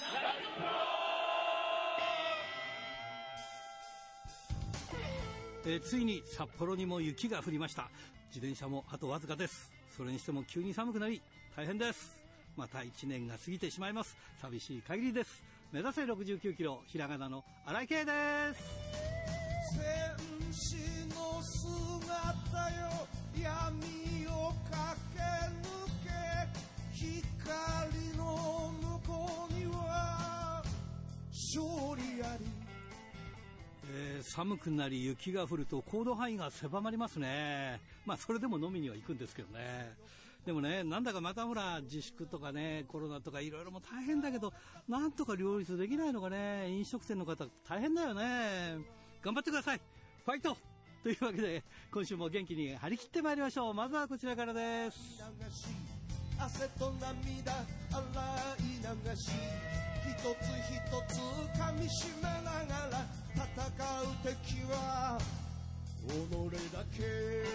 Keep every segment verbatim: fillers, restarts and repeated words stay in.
えー、ついに札幌にも雪が降りました。自転車もあとわずかです。それにしても急に寒くなり大変です。またいちねんが過ぎてしまいます。寂しい限りです。目指せろくじゅうきゅうキロ、ひらがなの荒井圭です。 戦士の姿よ、闇を駆け抜け、光の向こうには勝利あり。 えー、寒くなり雪が降ると行動範囲が狭まりますね。まあそれでも飲みには行くんですけどね。でもね、なんだかまたほら自粛とかね、コロナとかいろいろも大変だけど、なんとか両立できないのかね。飲食店の方大変だよね。頑張ってください。ファイトというわけで今週も元気に張り切ってまいりましょう。まずはこちらからです。 汗と涙洗い流し、一つ一つ噛みしめながら戦う敵は己だけ。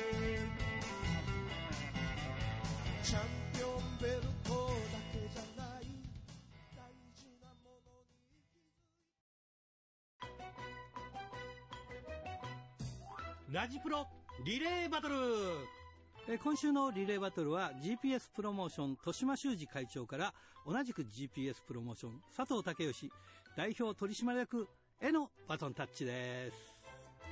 チャンピオンベルトだけじゃない、大事なものに気づい。 ラジプロリレーバトル。え今週のリレーバトルは ジーピーエス プロモーション豊島修司会長から同じく ジーピーエス プロモーション佐藤武義代表取締役へのバトンタッチです。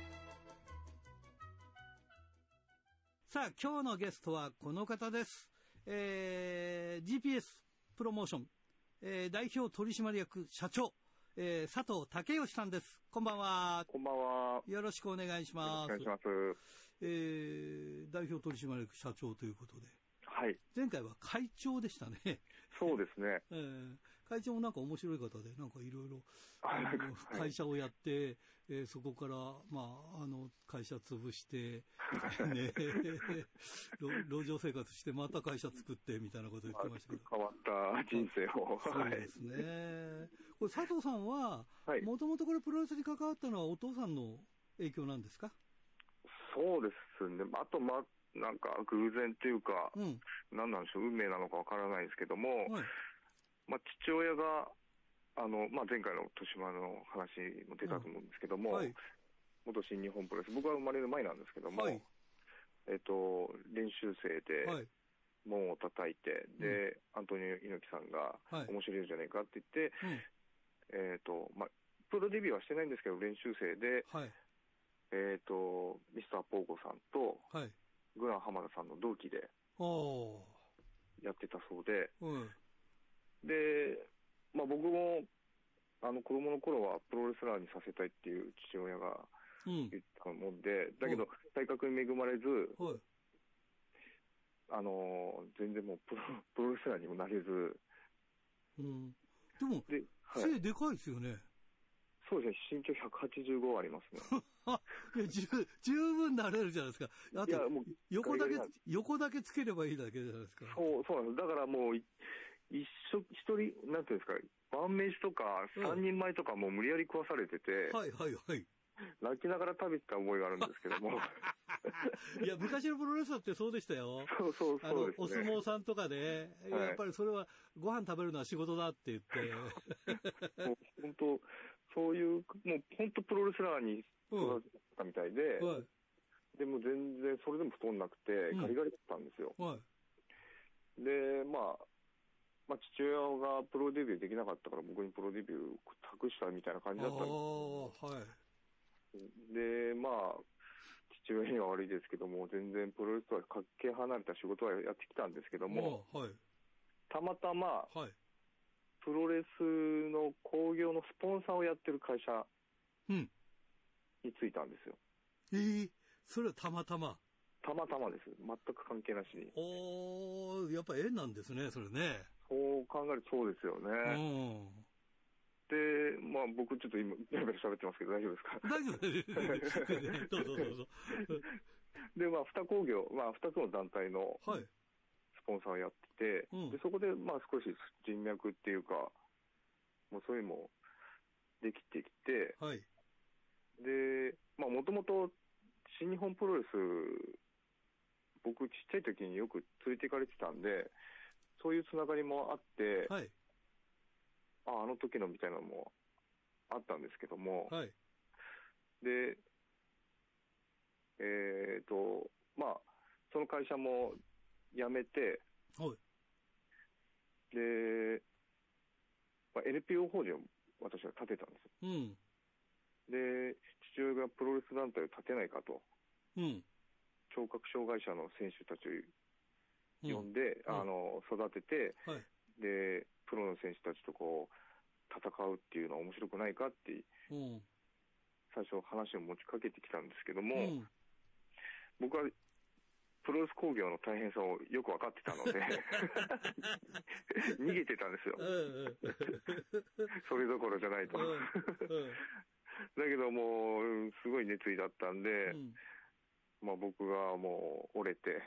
さあ今日のゲストはこの方です。えー、ジーピーエス プロモーション、えー、代表取締役社長、えー、佐藤武義さんです。こんばんは。 こんばんは。 よろしくお願いします。 よろしくお願いします。 えー、代表取締役社長ということで。 はい。 前回は会長でしたね。 そうですね。 えー、会長もなんか面白い方で、なんかいろいろ会社をやって、はい、えー、そこから、まあ、あの、会社潰して、ね、路上生活して、また会社作って、みたいなこと言ってましたけど。 変わった人生を。 そうですね。これ佐藤さんは、もともとこれプロレスに関わったのはお父さんの影響なんですか？ そうですね。あと、まあ、なんか偶然っていうか、うん、何なんでしょう、運命なのかわからないですけども、はい、まあ、父親が、あの、まあ、前回の豊島の話も出たと思うんですけども、うんはい、元新日本プロレス、僕は生まれる前なんですけども、はい、えっと、練習生で門を叩いて、で、うん、アントニオ猪木さんが、面白いじゃないかって言って、うん、えっと、まあ、プロデビューはしてないんですけど、練習生で、はい、えっと、ミスターポーゴさんと、はい、グラン浜田さんの同期でやってたそうで、うん、で、まあ、僕もあの子供の頃はプロレスラーにさせたいっていう父親が言ったもんで、うん、だけど体格に恵まれず、はい、あの全然もうプ ロ, プロレスラーにもなれず、 うん、でもで、はい、背でかいですよね。 そうですね、身長ひゃくはちじゅうごありますね。 いや、十分なれるじゃないですか。あと、横だけ、横だけつければいいだけじゃないですか。 そう、そうなんです。だからもう、一緒、一人、なんていうんですか、晩飯とか三人前とかもう無理やり食わされてて、 はいはいはい。 泣きながら食べてた覚えがあるんですけども。 いや、昔のプロレスラーってそうでしたよ。 そうそうそうですね。あの、 お相撲さんとかで、はい、やっぱりそれはご飯食べるのは仕事だって言って。 もう本当、そういう、もう本当プロレスラーに育ったみたいで、うんはい、でも全然それでも太んなくて、ガリガリだったんですよ。うんはい、で、まあ、まあ、父親がプロデビューできなかったから僕にプロデビュー託したみたいな感じだったんですよ。はい、で、まあ、父親には悪いですけども、全然プロレスとはかけ離れた仕事はやってきたんですけども、はい、たまたま、はいプロレスの興行のスポンサーをやってる会社に就いたんですよ。 うん、ええー、それはたまたまたまたまです。全く関係なしに。 おー、やっぱ縁なんですね、それね。 そう考えるとそうですよね。うん、で、まあ僕ちょっと今、ベラベラ喋ってますけど大丈夫ですか？ 大丈夫です。どうぞどうぞ。 で、まあ二工業、まあ二つの団体の、はい。スポンサーをやってて、うん、でそこでまあ少し人脈っていうか、もうそういうのもできてきて、はい、で、まあもともと新日本プロレス、僕ちっちゃい時によく連れて行かれてたんで、そういうつながりもあって、はい、 あ、あの時のみたいなのもあったんですけども、 はい、 で、えっ、ー、と、まあ、その会社も辞めて、 はい、 で、まあ、エヌピーオー 法人を私は立てたんですよ。 うん、 で、父親がプロレス団体を立てないかと、 うん、 聴覚障害者の選手たちを呼んで、うん、あの育てて、 はい、 で、プロの選手たちとこう戦うっていうのは面白くないかって、うん、最初話を持ちかけてきたんですけども、うん、僕はプロレス興行の大変さをよく分かってたので逃げてたんですよそれどころじゃないとだけどもうすごい熱意だったんで、うん、まあ、僕がもう折れて、はい、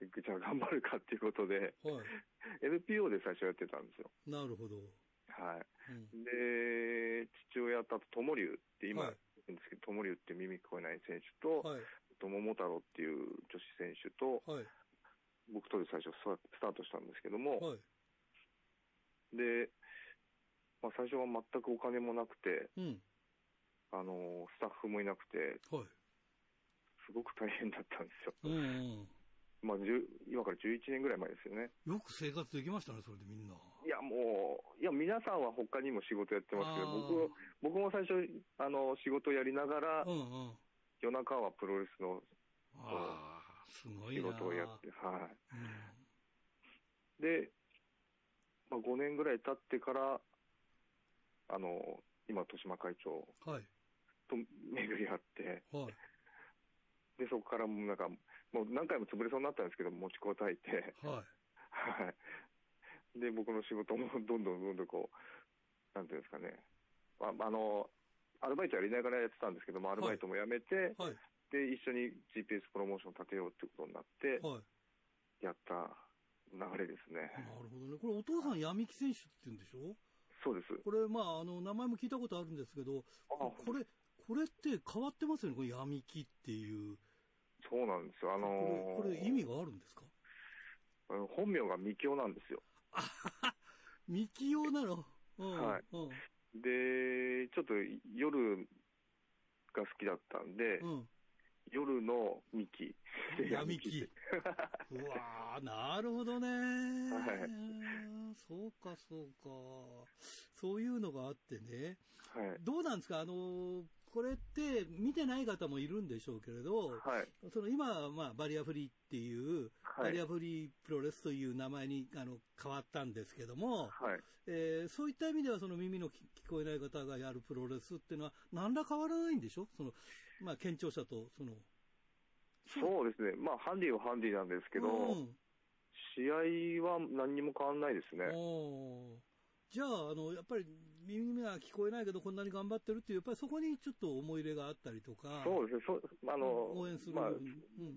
じゃあ頑張るかっていうことで、はい、エヌピーオー で最初やってたんですよ。 なるほど。 はい、うん、で父親と友龍って今言うんですけど、友龍って耳聞こえない選手と、はい、桃太郎っていう女子選手と、はい、僕とで最初スタートしたんですけども、はい、で、まあ、最初は全くお金もなくて、うん、あのスタッフもいなくて、はい、すごく大変だったんですよ。うんうん、まあ、今からじゅういちねんぐらい前ですよね。 よく生活できましたね、それでみんな。 いや、もう、いや、皆さんは他にも仕事やってますけど、僕、僕も最初、あの、仕事やりながら、うんうん、夜中はプロレスの、 あすごい仕事をやって、はい。うん、で、まあ、ごねんぐらい経ってから、あの、今、豊島会長と巡り合って、はい、で、そこからもうなんか、もう何回も潰れそうになったんですけど、持ちこたえて、はい。はい。で、僕の仕事もどんどんどんどんこう、なんていうんですかね、あ, あの、アルバイトやりながらやってたんですけども、アルバイトもやめて、はいはい、で、一緒に ジーピーエス プロモーション立てようってことになって、はい、やった流れですね。 なるほどね。これお父さん闇木選手って言うんでしょ？ そうです。 これ、まあ、あの、名前も聞いたことあるんですけど、これ、これって変わってますよね、これ闇木っていう。 そうなんですよ。あのー、 これ、これ意味があるんですか？ 本名がみきおなんですよ。 あはは、みきおなの？うん、 はい、うん。で、ちょっと夜が好きだったんで、うん、夜のミキ。 闇木。うわー、なるほどね。はい。そうか、そうか。そういうのがあってね。はい。どうなんですか？あの、これって見てない方もいるんでしょうけれど、はい、その今はまあバリアフリーっていう、はい、バリアフリープロレスという名前にあの変わったんですけども、はい、えー、そういった意味ではその耳の聞こえない方がやるプロレスっていうのは何ら変わらないんでしょ？その、まあ健聴者とその。 そうですね。まあハンディはハンディなんですけど、うん、試合は何にも変わらないですね。 おじゃあ、あの、やっぱり耳が聞こえないけどこんなに頑張ってるっていう、やっぱりそこにちょっと思い入れがあったりとか。 そうですね。そあの、 応援する。 まあ、うん、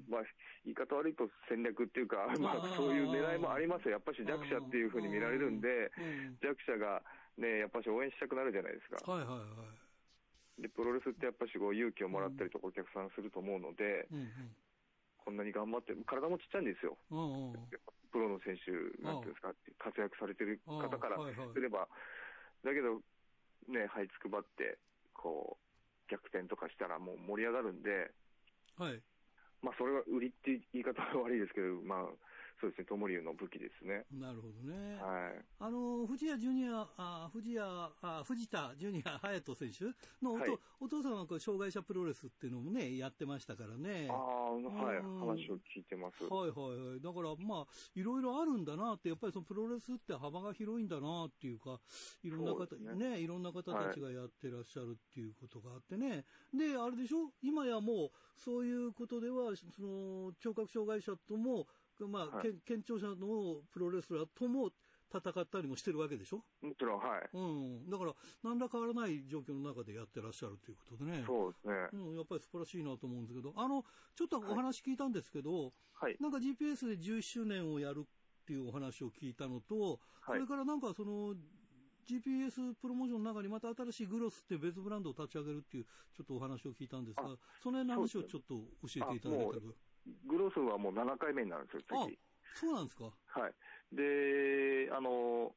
まあ、言い方悪いと戦略っていうか、まあ、そういう狙いもありますよ。やっぱし弱者っていうふうに見られるんで、うん、弱者がね、やっぱし応援したくなるじゃないですか。はいはいはい。で、プロレスってやっぱしこう勇気をもらったりとかお客さんすると思うので、うんうん、こんなに頑張って、体もちっちゃいんですよ。うんうん、プロの選手、なんていうんですか、活躍されてる方からすれば、はいはい、だけど、ね、這いつくばって、こう、逆転とかしたらもう盛り上がるんで、はい。まあ、それは売りって言い方は悪いですけど、まあ、そうですね、友龍の武器ですね。 なるほどね。 はい。 あの、藤谷ジュニア、あ藤谷、あ藤田ジュニア隼人選手のおと、はい、お父さんはこう障害者プロレスっていうのもね、やってましたからね。 ああ、はい、話を聞いてます。 はいはいはい。だから、まあ、いろいろあるんだなって、やっぱりそのプロレスって幅が広いんだなっていうか、いろんな方、ね、ね、いろんな方たちがやってらっしゃるっていうことがあってね。はい、で、あれでしょ？今やもう、そういうことでは、その、聴覚障害者とも、まあ、はい、健聴者のプロレスラーとも戦ったりもしてるわけでしょ？ もちろん、はい。 うん。だから、何ら変わらない状況の中でやってらっしゃるということでね。 そうですね。 うん、やっぱり素晴らしいなと思うんですけど、あの、ちょっとお話聞いたんですけど、はい、なんか ジーピーエス でじゅっしゅうねんをやるっていうお話を聞いたのと、はい、それからなんかその、ジーピーエス プロモーションの中にまた新しいグロスって別ブランドを立ち上げるっていう、ちょっとお話を聞いたんですが、その辺の話をちょっと教えていただけたら。 グロスはもうななかいめになるんですよ、次。 あ、そうなんですか。 はい。で、あの、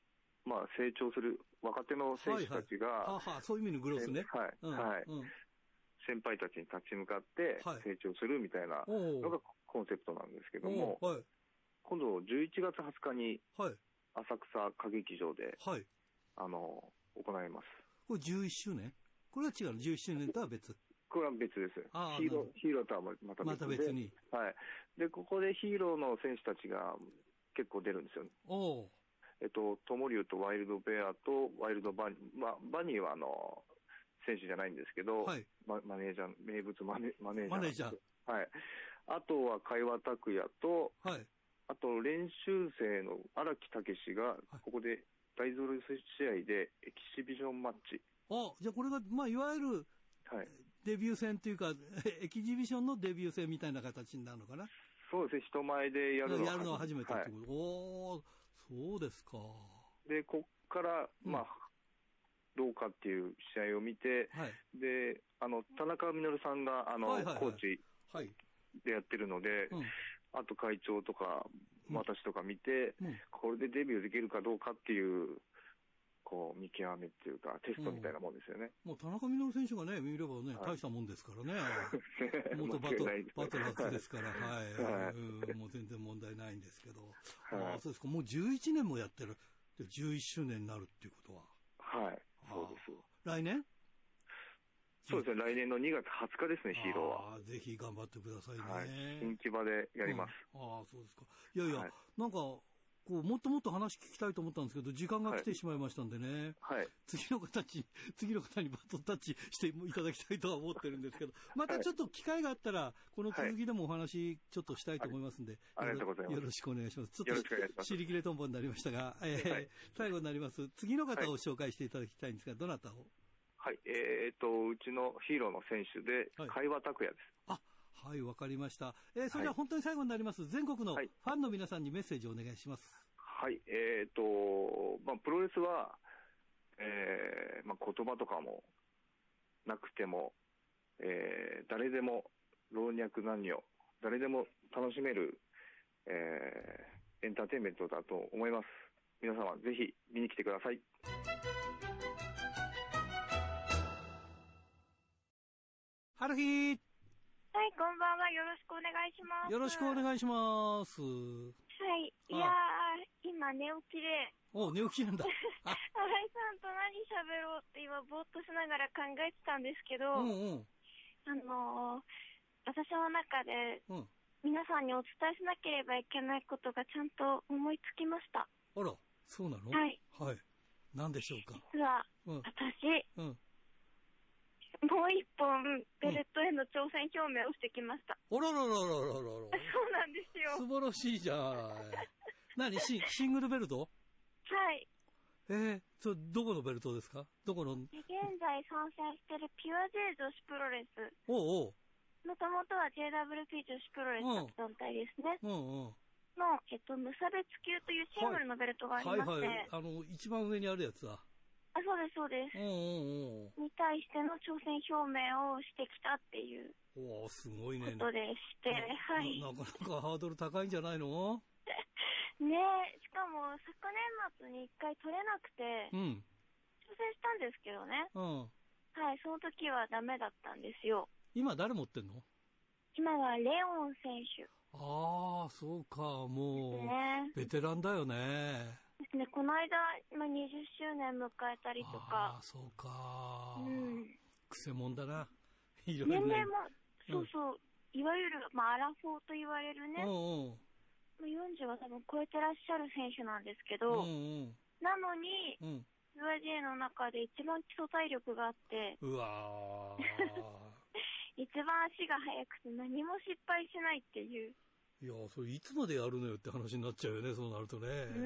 まあ、成長する若手の選手たちが、 はいはい、ははそういう意味のグロスね。 はい。うん、はい、うん。先輩たちに立ち向かって成長するみたいなのがコンセプトなんですけども、はい、今度じゅういちがつはつかに浅草歌劇場で、はい、あの行います。 これじゅういっしゅうねん？これは違うの？じゅういっしゅうねんとは別？ これは別です。ヒーロー、ヒーローとはまた別で。 また別に。 はい。で、ここでヒーローの選手たちが結構出るんですよね。おえっと、トモリュウとワイルドベアとワイルドバニー、まあ、バニーはあの、選手じゃないんですけど、はい、マ, マネージャー、名物マネマネージャー。 マネージャー。 はい。あとは海和拓也と、はい、あと練習生の荒木武史が、ここで大ゾル試合でエキシビジョンマッチ。 あ、じゃあこれが、まあ、いわゆる、はい、デビュー戦というか、エキシビションのデビュー戦みたいな形になるのかな？ そうですね、人前でやるのはやるのは初めてってこと。はい、おー、そうですか。 で、こっから、まあ、うん、どうかっていう試合を見て、はい、で、あの、田中稔さんが、あの、はいはいはい、コーチでやってるので、はい、あと会長とか、私とか見て、うん、これでデビューできるかどうかっていう、こう見極めっていうかテストみたいなもんですよね。 うん、もう田中稔選手がね見ればね、はい、大したもんですからね。元バトバトラーズですから、はい、はい、うん、もう全然問題ないんですけど、はい、あ、そうですか。もうじゅういちねんもやってる。でじゅういっしゅうねんになるっていうことは。 はい、そうです。 来年？ そうですね。来年のにがつはつかですね、ヒーローは。 あ、ぜひ頑張ってくださいね。 はい、新木場でやります。 うん、ああ、そうですか。いやいや、はい、なんか。こうもっともっと話聞きたいと思ったんですけど、時間が来てしまいましたんでね、はい、次の方に、次の方にバトンタッチしていただきたいとは思ってるんですけど、またちょっと機会があったら、この続きでもお話ちょっとしたいと思いますんで、 はい、ありがとうございます。 よろしくお願いします。ちょっと尻切れトンボになりましたが、えーはい、最後になります。次の方を紹介していただきたいんですが、どなたを？ はい、えー、っと、うちのヒーローの選手で、海和拓也です。 あ、はい、わかりました。えー、それでは本当に最後になります。全国のファンの皆さんにメッセージをお願いします。 はい、えーと、まあ、プロレスは、えーまあ、言葉とかもなくても、えー、誰でも老若男女、誰でも楽しめる、えー、エンターテインメントだと思います。皆様ぜひ見に来てください。 はるひー。 はい、こんばんは。よろしくお願いします。 よろしくお願いします。 はい。いやー、今寝起きで。 お、寝起きなんだ。 新井さんと何喋ろうって今ぼーっとしながら考えてたんですけど、うんうん、あのー、私の中で、皆さんにお伝えしなければいけないことがちゃんと思いつきました。 あら、そうなの？ はい。 はい。何でしょうか？ 実は、うん、私、うんもう一本、ベルトへの挑戦表明をしてきました。 うん、あららららららら。 そうなんですよ。 素晴らしいじゃん。何シ、シングルベルト？ はい。 えー、それ、どこのベルトですか？どこの？ 現在参戦してるピュア J 女子プロレス。 おうおう。 もともとは ジェイダブリューピー 女子プロレスの団体ですね。うんうん。の、えっと、無差別級というシングルのベルトがありまして。はいはいはい。 あの、一番上にあるやつだ。 あ、そうです、そうです。うんうんうん。に対しての挑戦表明をしてきたっていう。 おー、すごいね。 ことでして、はい。 なかなかハードル高いんじゃないの？ ねえ、しかも昨年末に一回取れなくて、うん。挑戦したんですけどね。うん。はい、その時はダメだったんですよ。 今誰持ってんの？ 今はレオン選手。 ああ、そうか、もう、ね、ベテランだよね。 ですね、この間、まあ、にじゅっしゅうねん迎えたりとか。 ああ、そうか。うん。くせ者だな。いろいろ、 ね、年齢も、そうそう、うん、いわゆる、まあ、アラフォーと言われるね。うんうん。よんじゅうは多分超えてらっしゃる選手なんですけど、うんうん、なのに、うん、ユーアイジェー の中で一番基礎体力があって、 うわ一番足が速くて何も失敗しないっていう。 いやそれいつまでやるのよって話になっちゃうよね、そうなるとね。うん。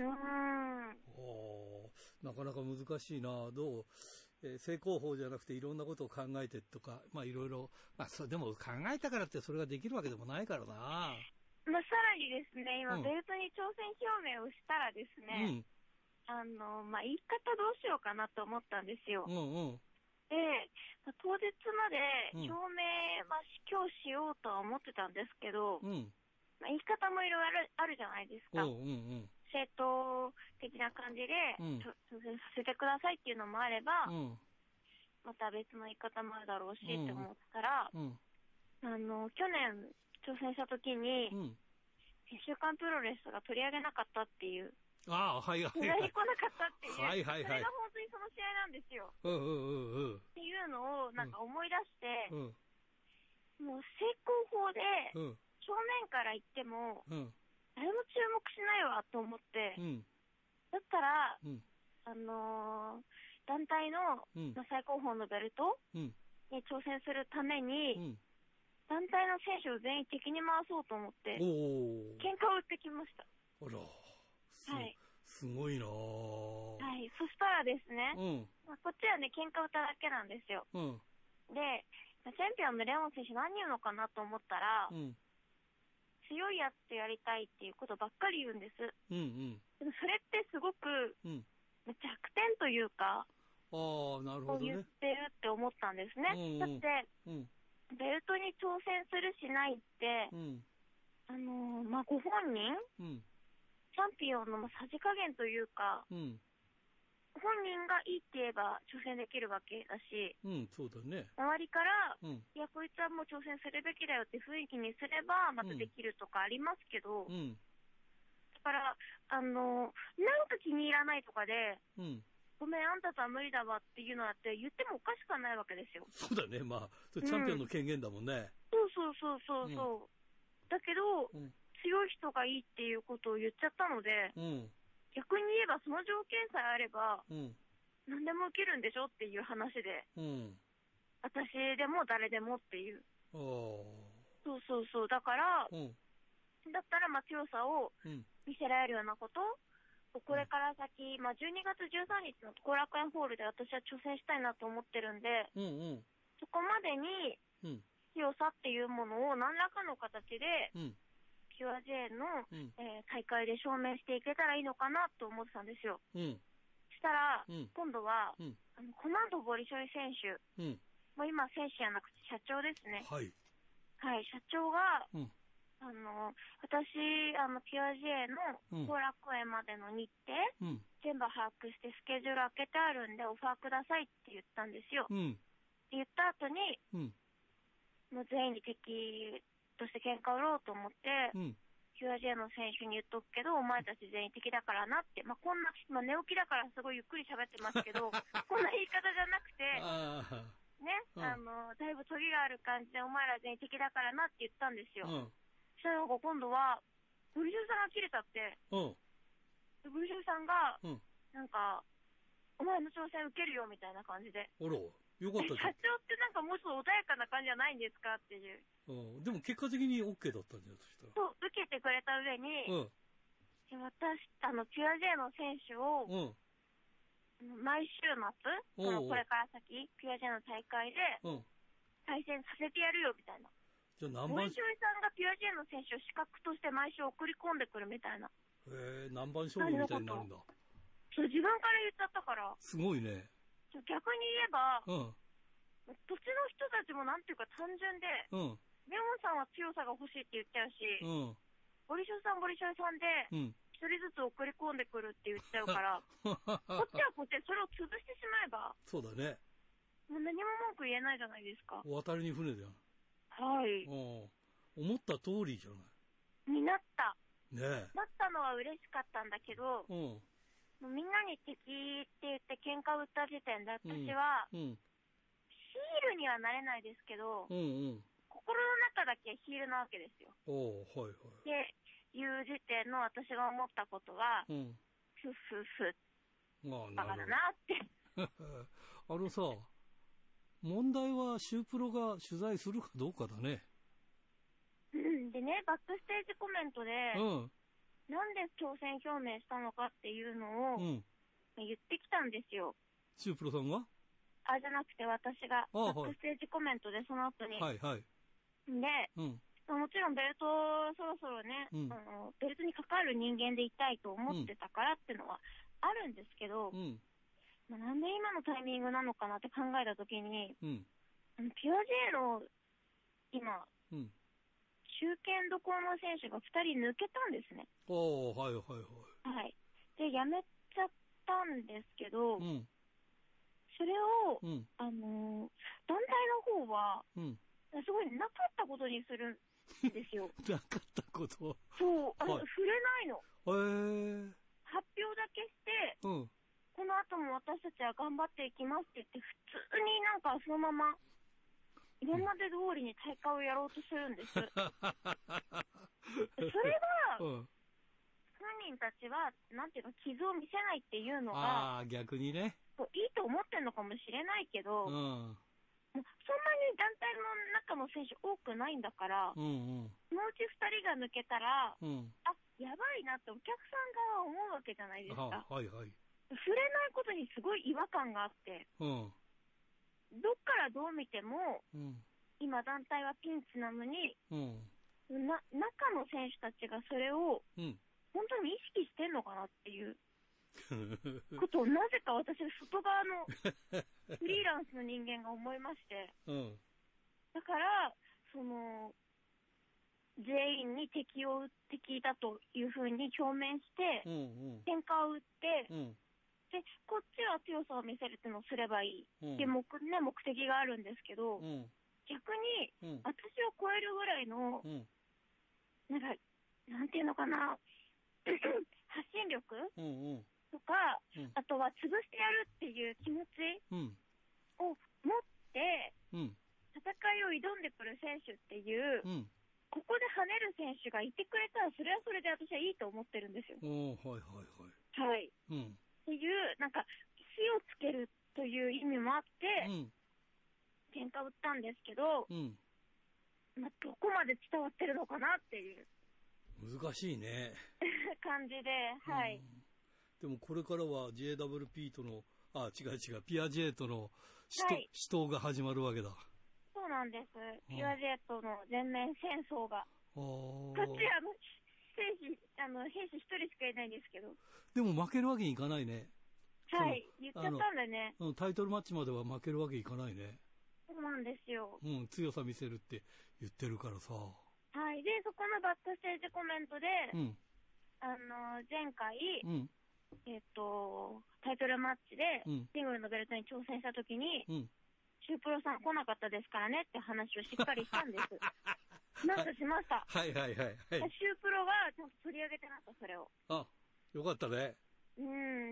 なかなか難しいな。どう、えー、正攻法じゃなくていろんなことを考えてとか、まあいろいろ、まあそでも考えたからってそれができるわけでもないからな。 まあさらにですね、今、うん、ベルトに挑戦表明をしたらですね、うん、あの、まあ言い方どうしようかなと思ったんですよ。うんうん。で、まあ、当日まで表明は今日しようとは思ってたんですけど、うん、まあ、言い方もいろいろあるじゃないですか。うんうんうん、 正当的な感じで、挑戦させてくださいっていうのもあれば、うん、また別の言い方もあるだろうしって思ったら、うん、あの、去年挑戦した時に、うん、週刊プロレスが取り上げなかったっていう。 ああ、はいはいはい。 取り上げ来なかったっていう。 はいはいはい。それが本当にその試合なんですよ。 うんうんうんうん。 っていうのをなんか思い出して、うん、もう成功法で、うん、正面から言っても、うん、誰も注目しないわと思って、うん、だったら、うん、あのー、団体の、うん、最高峰のベルト、うん、に挑戦するために、うん、団体の選手を全員敵に回そうと思って、喧嘩を売ってきました。 あら、 はい。 すごいなぁ。 はい。そしたらですね、うん、まあ、こっちはね、喧嘩売っただけなんですよ。うん、で、チャンピオンのレオン選手何言うのかなと思ったら、うん、強いやつとやりたいっていうことばっかり言うんです。うんうん、でもそれってすごく、うん、弱点というか、 ああ、なるほどね。 言ってるって思ったんですね。うんうん、だって、うん、ベルトに挑戦するしないって、うん、あのー、まあ、ご本人、うん、チャンピオンのさじ加減というか、うん、本人がいいって言えば挑戦できるわけだし、 うん、そうだね。 周りから、うん、いや、こいつはもう挑戦するべきだよって雰囲気にすれば、またできるとかありますけど、うん、だから、あのー、なんか気に入らないとかで、うん、ごめん、あんたとは無理だわっていうのだって言ってもおかしくはないわけですよ。 そうだね、まあ、それチャンピオンの権限だもんね。 うん、そうそうそうそうそう。うん、だけど、うん、強い人がいいっていうことを言っちゃったので、うん、逆に言えばその条件さえあれば、うん、何でも受けるんでしょっていう話で、うん、私でも誰でもっていう。そうそうそう。だから、うん、だったらまあ強さを見せられるようなこと、これから先、まあ、じゅうにがつじゅうさんにちの後楽園ホールで私は挑戦したいなと思ってるんで、うんうん、そこまでに強さっていうものを何らかの形で、うん、ピュア J の、うんえー、大会で証明していけたらいいのかなと思ってたんですよ。うん、そしたら、うん、今度は、うん、あのコマンドボリショイ選手、うん、もう今選手じゃなくて社長ですね。はい。はい、社長が、うんあの、私、あの、ピュア J の後楽園までの日程、うん、全部把握してスケジュール開けてあるんでオファーくださいって言ったんですよ。うん、って言った後に、うん、もう全員に敵として喧嘩を売ろうと思って、うん、ピュア J の選手に言っとくけど、お前たち全員敵だからなって、まあ、こんな、今寝起きだからすごいゆっくり喋ってますけど、こんな言い方じゃなくて、ね、あの、だいぶトゲがある感じで、お前ら全員敵だからなって言ったんですよ。うんそしたら今度は、ブリシューさんが切れちゃって、うん、ブリシューさんが、うん、なんか、お前の挑戦受けるよみたいな感じで。 あら、よかったじゃん。 社長ってなんかもうちょっと穏やかな感じじゃないんですかっていう。 うん、でも結果的に OK だったんじゃないですか。 そう、受けてくれた上に、うん、私、あの、ピュア J の選手を、うん、毎週末、このこれから先、ピュア J の大会で、うん、対戦させてやるよみたいな。 じゃあ何番森翔さんがピュア J の選手を資格として毎週送り込んでくるみたいな。 へえ、何番勝負みたいになるんだ。 そう、自分から言っちゃったから。 すごいね。 逆に言えば、うん、土地の人たちもなんていうか単純で、うん、レオンさんは強さが欲しいって言っちゃうし、うん、ボリショイさんボリショイさんで、一人ずつ送り込んでくるって言っちゃうから、こっちはこっちでそれを潰してしまえば、 そうだね。 もう何も文句言えないじゃないですか。 渡りに船じゃん。 はい。 思った通りじゃない。 になった。 ねえ。 なったのは嬉しかったんだけど、うん、もうみんなに敵って言って喧嘩売った時点で私は、うんうん、ヒールにはなれないですけど、うんうん、心の中だけヒールなわけですよ。 おはいはい。 で、いう時点の私が思ったことは、うん、ふっふっふ。 まあ、 バカだなって。 あのさ、問題はシュープロが取材するかどうかだね。 うん、でね、バックステージコメントで、うん、なんで挑戦表明したのかっていうのを、うん、言ってきたんですよ。 シュープロさんがあ、じゃなくて私が、バックステージコメントでその後に。 はいはい。 で、うん、もちろんベルトそろそろね、うん、あの、ベルトに関わる人間でいたいと思ってたからっていうのはあるんですけど、うんまあ、なんで今のタイミングなのかなって考えたときに、うん、あのピュア J の今、うん、 中堅どころの選手がふたり抜けたんですね。 おー、はいはいはい。 はい。で、やめちゃったんですけど、うん、それを、うん、あのー、団体の方は、うん、すごいなかったことにするんですよ。 なかったことそう、あの、はい、触れないの。 へー。 発表だけして、うん、この後も私たちは頑張っていきますって言って、普通になんかそのまま、今まで通りに大会をやろうとするんです。それは、うん、本人たちは、なんていうか、傷を見せないっていうのが、 あ、逆にね。 いいと思ってるのかもしれないけど、うん、そんなに団体の中の選手多くないんだから、うんうん、そのうちふたりが抜けたら、うん、あ、やばいなってお客さんが思うわけじゃないですか。 はいはい、 触れないことにすごい違和感があって、うん、どっからどう見ても、うん、今団体はピンチなのに、うん、な中の選手たちがそれを、うん、本当に意識してんのかなっていうことをなぜか私外側のフリーランスの人間が思いまして、うん、だからその全員に敵を撃って聞いたというふうに表明して、うんうん、喧嘩を打って、うん、でこっちは強さを見せるっていうのをすればいいっていう 目,、ね、目的があるんですけど、うん、逆に、うん、私を超えるぐらいの、うん、なんかなんていうのかな発信力、うんうん、とか、うん、あとは潰してやるっていう気持ちを持って、うん、戦いを挑んでくる選手っていう、うん、ここで跳ねる選手がいてくれたらそれはそれで私はいいと思ってるんですよ。 おー、はいはいはい。 はい。うん、っていうなんか火をつけるという意味もあって、うん、喧嘩を打ったんですけど、うん、まあ、どこまで伝わってるのかなっていう難しいね感じで、はい。うんでもこれからは ジェイダブリューピー との、あ、違う違う、ピアジェイとの死闘、はい、死闘が始まるわけだ。 そうなんです。ピアジェイとの全面戦争が。こっちあの、兵士、あの、兵士一人しかいないんですけど。 でも負けるわけにいかないね。 はい、言っちゃったんだね。 タイトルマッチまでは負けるわけいかないね。 そうなんですよ。 うん、強さ見せるって言ってるからさ。 はい、で、そこのバックステージコメントで、うん、あの、前回、うんえっと、タイトルマッチでシングルのベルトに挑戦したときに、うん、シュープロさん来なかったですからねって話をしっかりしたんです。なんかしました。 はいはいはい、はい。 シュープロがちゃんと取り上げてなかった、それを。 あ、よかったね。 うん。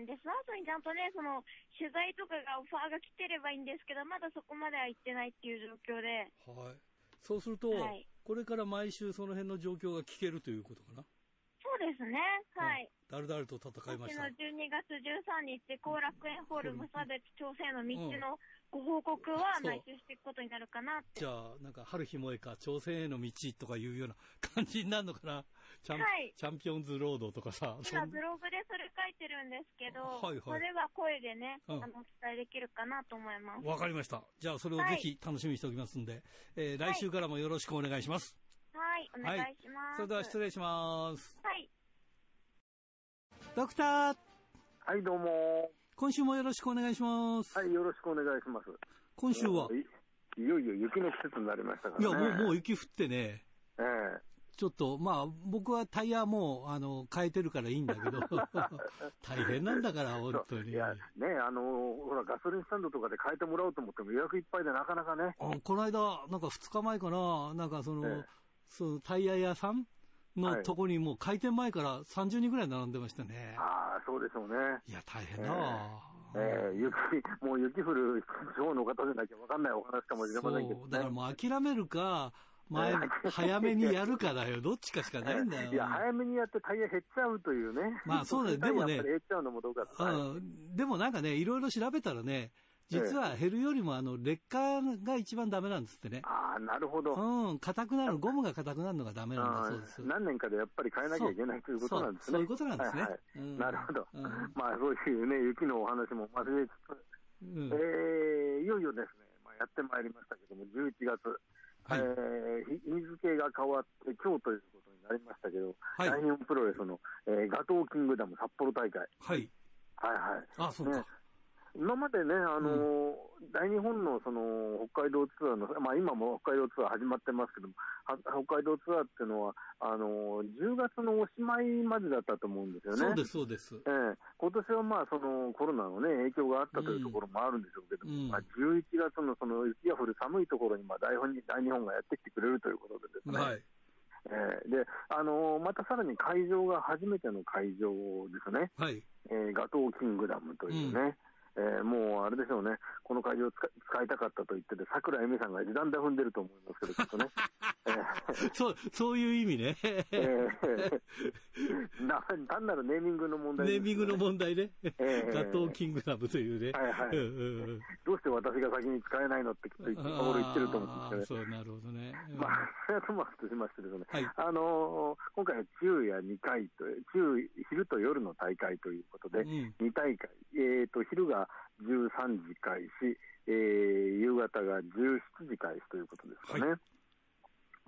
で、その後にちゃんとね、その、取材とかがオファーが来てればいいんですけど、まだそこまでは行ってないっていう状況で。 はい。そうすると、はい、これから毎週その辺の状況が聞けるということかな。 そうですね。はい。 誰々と戦いました。 今年のじゅうにがつじゅうさんにち、後楽園ホール無差別調整の道のご報告は毎週していくことになるかなって。 じゃあ、なんか、春日萌か、挑戦への道とかいうような感じになるのかな。チャン、はい、チャンピオンズロードとかさ。 今、ブログでそれ書いてるんですけど、はいはい、それは声でね、うん、あの、お伝えできるかなと思います。 わかりました。じゃあ、それをぜひ楽しみにしておきますんで、はい、えー、来週からもよろしくお願いします。 はい、お願いします。はい、 それでは失礼します。 はい。 ドクター。 はい、どうも。 今週もよろしくお願いします。 はい、よろしくお願いします。 今週は、 い, いよいよ雪の季節になりましたからね。 いや、もう、もう雪降ってね。 ええ。 ちょっと、まあ、僕はタイヤもう、あの、変えてるからいいんだけど、大変なんだから、本当に。 いや、ね、あの、ほら、ガソリンスタンドとかで変えてもらおうと思っても予約いっぱいでなかなかね。 あ、この間、なんかふつかまえかな、なんかその、ええ、そのタイヤ屋さんのとこにもう開店前からさんじゅうにんぐらい並んでましたね。 ああ、そうでしょうね。 いや、大変だわ。 えーえー、雪、もう雪降る地方の方でなきゃ分かんないお話かもしれませんけど、ね。そう、 だからもう諦めるか、前、早めにやるかだよ。どっちかしかないんだよ。 いや、早めにやってタイヤ減っちゃうというね。 まあそうだよ。でもね、 減っちゃうのもどうかと、 はい、うん。でもなんかね、いろいろ調べたらね、実は減るよりもあの劣化が一番ダメなんですってね。 ああ、なるほど。 うん、硬くなる、ゴムが硬くなるのがダメなんだそうです。 何年かでやっぱり変えなきゃいけないということなんですね。 そういうことなんですね。はいはいうん、なるほど。うん、まあそういうね、雪のお話も交えつつ、うん、えー、いよいよですね、まあ、やってまいりましたけども、じゅういちがつ、はい、えー、日付が変わって今日ということになりましたけど、はい、大日本プロレスの、えー、ガトーキングダム札幌大会。 はい。 はいはい。 あ、そうか。ね、 今までね、あのーうん、大日本のその北海道ツアーの、まあ、今も北海道ツアー始まってますけども、北海道ツアーっていうのはあのー、じゅうがつのおしまいまでだったと思うんですよね。 そうです、そうです。 えー、今年はまあそのコロナの、ね、影響があったというところもあるんでしょうけども、うんまあ、じゅういちがつのその雪が降る寒いところにまあ大本に大日本がやってきてくれるということでですね。はいえー、であのー、またさらに会場が初めての会場ですね、はいえー、ガトーキングダムというね、うんえー、もうあれでしょうね、この会場を使、使いたかったと言ってて、桜井美さんが時短で踏んでると思いますけど、ちょっとね、えー、 そうそういう意味ね、えー、な単なるネーミングの問題です、ね、 ネーミングの問題ね、えー、ガトーキングダムというね、はいはいうん、どうして私が先に使えないのってきっと今頃言ってると思うんですけど、ね、 そうなるほどね、うん、 まあ、それはともかくとしましてですね、はい、あのー、今回は昼夜にかいと、昼昼と夜の大会ということで、うん、に大会、えーと、昼がじゅうさんじ開始、えー、夕方がじゅうしちじ開始ということですかね。はい、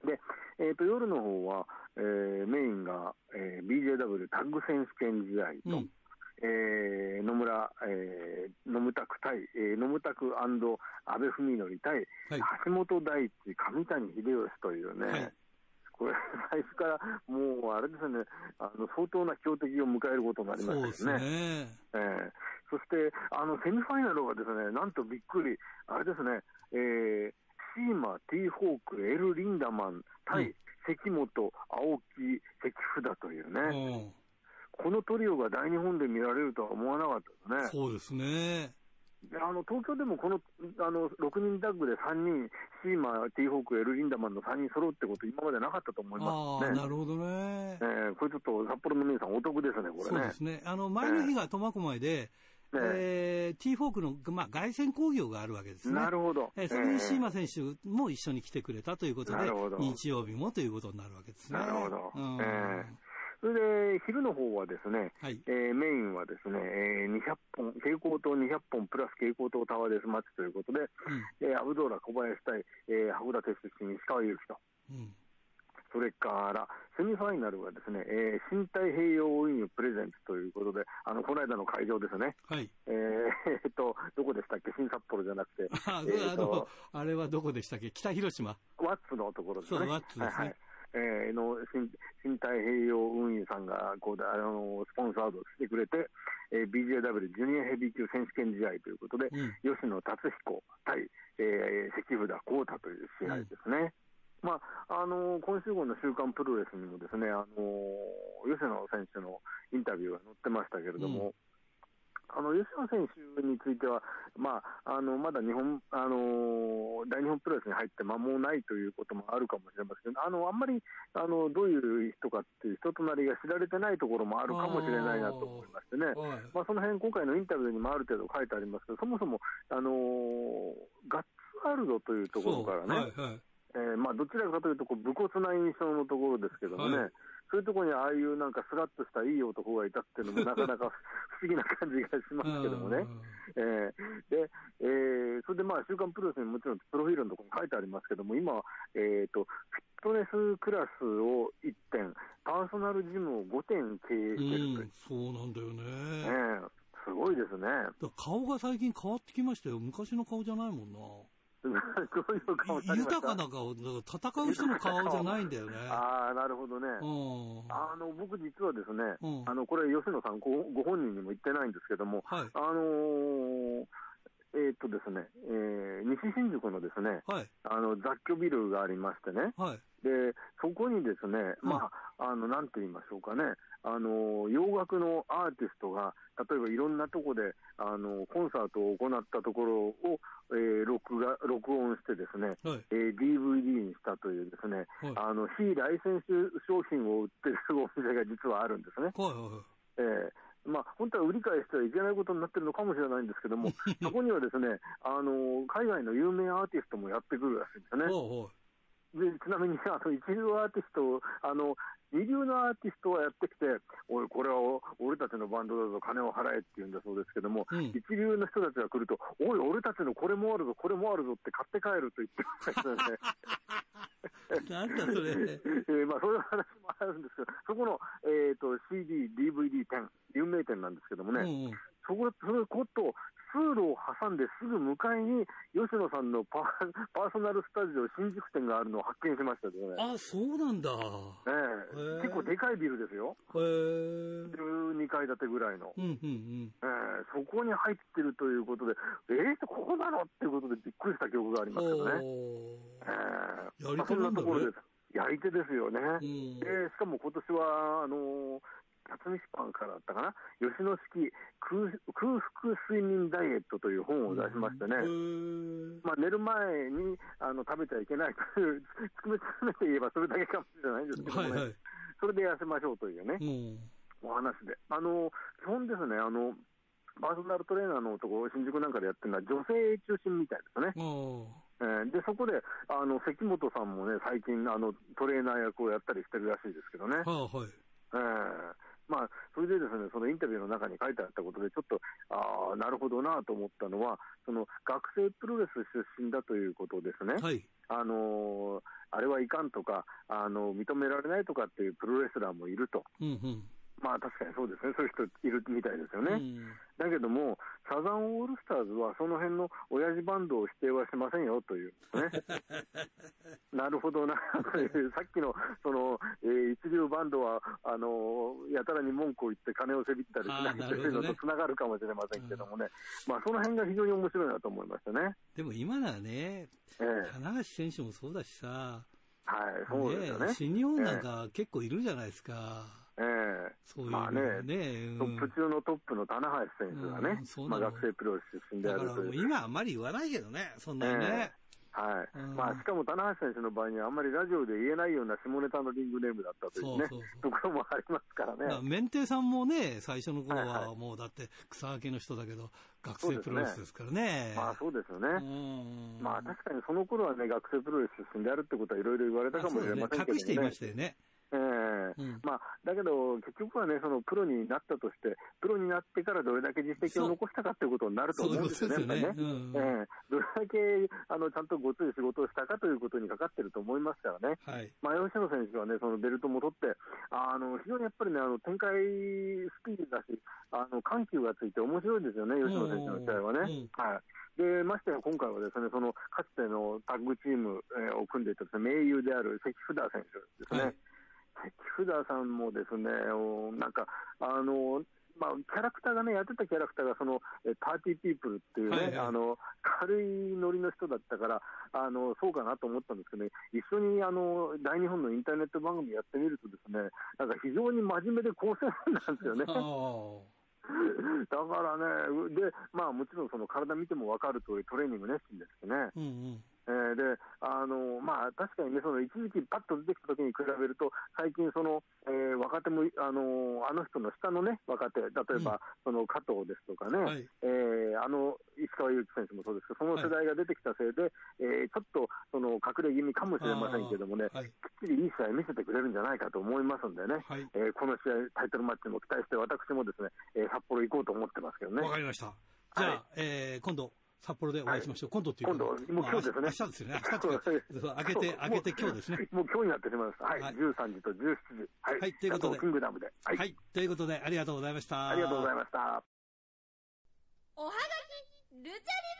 で、えーと、夜の方は、えー、メインが、えー、ビージェーダブリュー タッグ選手権試合と、うんえー、野村、えー、野村拓対、えー、野村拓安倍文則対、はい、橋本大地、上谷秀吉というね、はい、これ、最初からもうあれですね、あの相当な強敵を迎えることになりましたよね。そ, えー、そしてあのセミファイナルはですね、なんとびっくり、あれですね、えー、シーマ、ティーホーク、エル・リンダマン対、うん、関本、青木、関札というね。うんこのトリオが大日本で見られるとは思わなかったですね。 そうですね。 であの東京でもこのあのろくにんタッグでさんにん、シーマ、ティーホーク、エル・リンダマンのさんにん揃うってこと、今までなかったと思いますね。 あなるほどね、 えー。これちょっと札幌の皆さん、お得ですね、これね。 そうですね。あの前の日が苫小牧で、えーえー、ティーホークの、まあ、凱旋興行があるわけですね。 なるほど。 えー、それにシーマ選手も一緒に来てくれたということで、日曜日もということになるわけですね。 なるほど。うんえーそれで昼の方はですね、はいえー、メインはですね、えー、にひゃっぽん、蛍光灯にひゃっぽんプラス蛍光灯タワーデスマッチということで、うんえー、アブドーラ小林対、えー、函館出身石川祐希と、うん、それからセミファイナルはですね、えー、新太平洋運輸プレゼンツということで、あのこの間の会場ですね、はいえー、えー、っとどこでしたっけ、新札幌じゃなくて、 あ、えー、あのあれはどこでしたっけ、北広島、 ワッツのところですね。 そうワッツですね、はいはいえー、の 新, 新太平洋運輸さんがこうあのスポンサードしてくれて、えー、ビージェーダブリュー ジュニアヘビー級選手権試合ということで、うん、吉野達彦対、えー、関札浩太という試合ですね。うんまああのー、今週号の週刊プロレスにもですね、あのー、吉野選手のインタビューが載ってましたけれども、うんあの吉野選手については、まあ、あのまだ日本、あの大日本プロレスに入って間もないということもあるかもしれませんけど、あのあんまりあのどういう人かっていう人となりが知られてないところもあるかもしれないなと思いましてね、まあ、その辺、今回のインタビューにもある程度書いてありますけど、そもそも、あのガッツワールドというところからね、はいはいえーまあ、どちらかというとこう武骨な印象のところですけどもね、はいそういうところにああいうなんかスラッとしたいい男がいたっていうのもなかなか不思議な感じがしますけどもね。えー、で、えー、それでまあ週刊プロレスにもちろんプロフィールのところに書いてありますけども、今、えーと、フィットネスクラスをいってん、パーソナルジムをごてん経営してるという。 そうなんだよね。 えー、すごいですね。 だ顔が最近変わってきましたよ。昔の顔じゃないもんな。 そういう顔になりました。 豊かな顔、戦う人の顔じゃないんだよね。 ああ、なるほどね。あの僕実はですね、うん、あのこれ吉野さん ご, ご本人にも言ってないんですけども、はい、あのー、えー、っとですね、えー、西新宿のですね、はい、あの雑居ビルがありましてね、はい、でそこにですね、うん、まああのなんて言いましょうかね。あの洋楽のアーティストが例えばいろんなところであのコンサートを行ったところを、えー、録画録音してですね、はいえー、ディーブイディー にしたというですね、はい、あの非ライセンス商品を売ってるお店が実はあるんですね。はいはいはいえーまあ、本当は売り買いしてはいけないことになってるのかもしれないんですけどもそこにはですねあの海外の有名アーティストもやってくるらしいんですね。はいはいでちなみにあの一流アーティストあの二流のアーティストはやってきておいこれは俺たちのバンドだぞ金を払えって言うんだそうですけども、うん、一流の人たちが来るとおい俺たちのこれもあるぞこれもあるぞって買って帰ると言ってましたねなんだそれ、 えーまあ、そういう話もあるんですけどそこの、えー、と シーディー、ディーブイディー 店有名店なんですけどもね、うんうんそこ、それこと、通路を挟んですぐ向かいに吉野さんのパー、パーソナルスタジオ新宿店があるのを発見しましたけどね。 あ、そうなんだ。 ええ、結構でかいビルですよ。 へえ。 じゅうにかい建てぐらいの。 うんうんうん。 ええ、そこに入ってるということで、えー、ここなのっていうことでびっくりした記憶がありますけどね。ええ、 やり手なんだね。 まあ、そんなところです。やり手ですよね。 うん、 でしかも今年はあのー辰巳出版からだったかな、吉野式 空, 空腹睡眠ダイエットという本を出しましてね、まあ、寝る前にあの食べちゃいけないという、つくめつめて言えばそれだけかもしれないんですけどもね、はいはい、それで痩せましょうというね、うん、お話で、あの基本ですね、あのパーソナルトレーナーのところ、新宿なんかでやってるのは女性中心みたいですね。えー、でそこであの関本さんもね、最近あのトレーナー役をやったりしてるらしいですけどね。はあ、はい、えーまあ、それでですね、そのインタビューの中に書いてあったことで、ちょっと、ああ、なるほどなと思ったのは、その学生プロレス出身だということですね。はい、あのー、あれはいかんとか、あの認められないとかっていうプロレスラーもいると。うんうん、まあ確かにそうですね、そういう人いるみたいですよね。うん、だけども、サザンオールスターズはその辺の親父バンドを否定はしませんよというね。なるほどなという、さっきのその、えー、一流バンドはあのやたらに文句を言って金をせびったりしないというのとつながるかもしれませんけどもね、まあその辺が非常に面白いなと思いましたね。 でも今ならね、えー、棚橋選手もそうだしさ、はい、 そうですよね。 新日本なんか結構いるじゃないですか。ええー、そういうまあね、ね、うん、トップ中のトップの棚橋選手がね、うん、まあ、学生プロレス出身であるという。 だから今あんまり言わないけどね、そんなにね。 えーはい、うん、まあ、しかも棚橋選手の場合にはあんまりラジオで言えないような下ネタのリングネームだったというね、そうそうそうところもありますからね。 メンテさんもね、最初の頃はもうだって草分けの人だけど、学生プロレスですからね。 まあそうですよね。まあ確かにその頃はね、学生プロレス出身であるってことはいろいろ言われたかもしれませんけどね。 隠していましたよね。 えーうん、まあ、だけど、結局はね、そのプロになったとして、プロになってからどれだけ実績を残したかということになると思うんですよね、やっぱりね。うんうんえー、どれだけあのちゃんとごつい仕事をしたかということにかかってると思いますからね、はいまあ、吉野選手はね、そのベルトも取って、あの非常にやっぱりね、あの展開スピードだし、あの緩急がついて面白いですよね、吉野選手の試合はね。うんはいでましてや今回はですね、そのかつてのタッグチームを組んでいたですね、盟友である関札選手ですね。はい関札さんもですね、なんか、あの、まあ、キャラクターがね、やってたキャラクターが、その、パーティーピープルっていうね、はいはい、あの、軽いノリの人だったから、あの、そうかなと思ったんですけどね、一緒に、あの、大日本のインターネット番組やってみるとですね、なんか非常に真面目で好青年なんですよね。だからね、で、まあもちろんその体見ても分かる通りトレーニング熱心ですしね。うんうんえー、であのまあ、確かにね、その一時期パッと出てきた時に比べると、最近その、えー、若手もあの、あの人の下のね、若手、例えば、うん、その加藤ですとかね、はいえー、あの石川祐希選手もそうですけど、その世代が出てきたせいで、はいえー、ちょっとその隠れ気味かもしれませんけどもね、はい、きっちりいい試合見せてくれるんじゃないかと思いますんでね、はいえー、この試合、タイトルマッチも期待して、私もですね、えー、札幌行こうと思ってますけどね。 わかりました。じゃあ、はいえー、今度札幌でお会いしましょう。はい、今度っていうか、 今度、もう今日ですね。 明日ですよね。明日とか、明けて、明けて今日ですね。 もう今日になってしまいました。はい。はい、じゅうさんじとじゅうしちじ。はい。はい、ということで。キングダムで。 はい。はい。ということで、ありがとうございました。 ありがとうございました。 おはがき、ルチャリ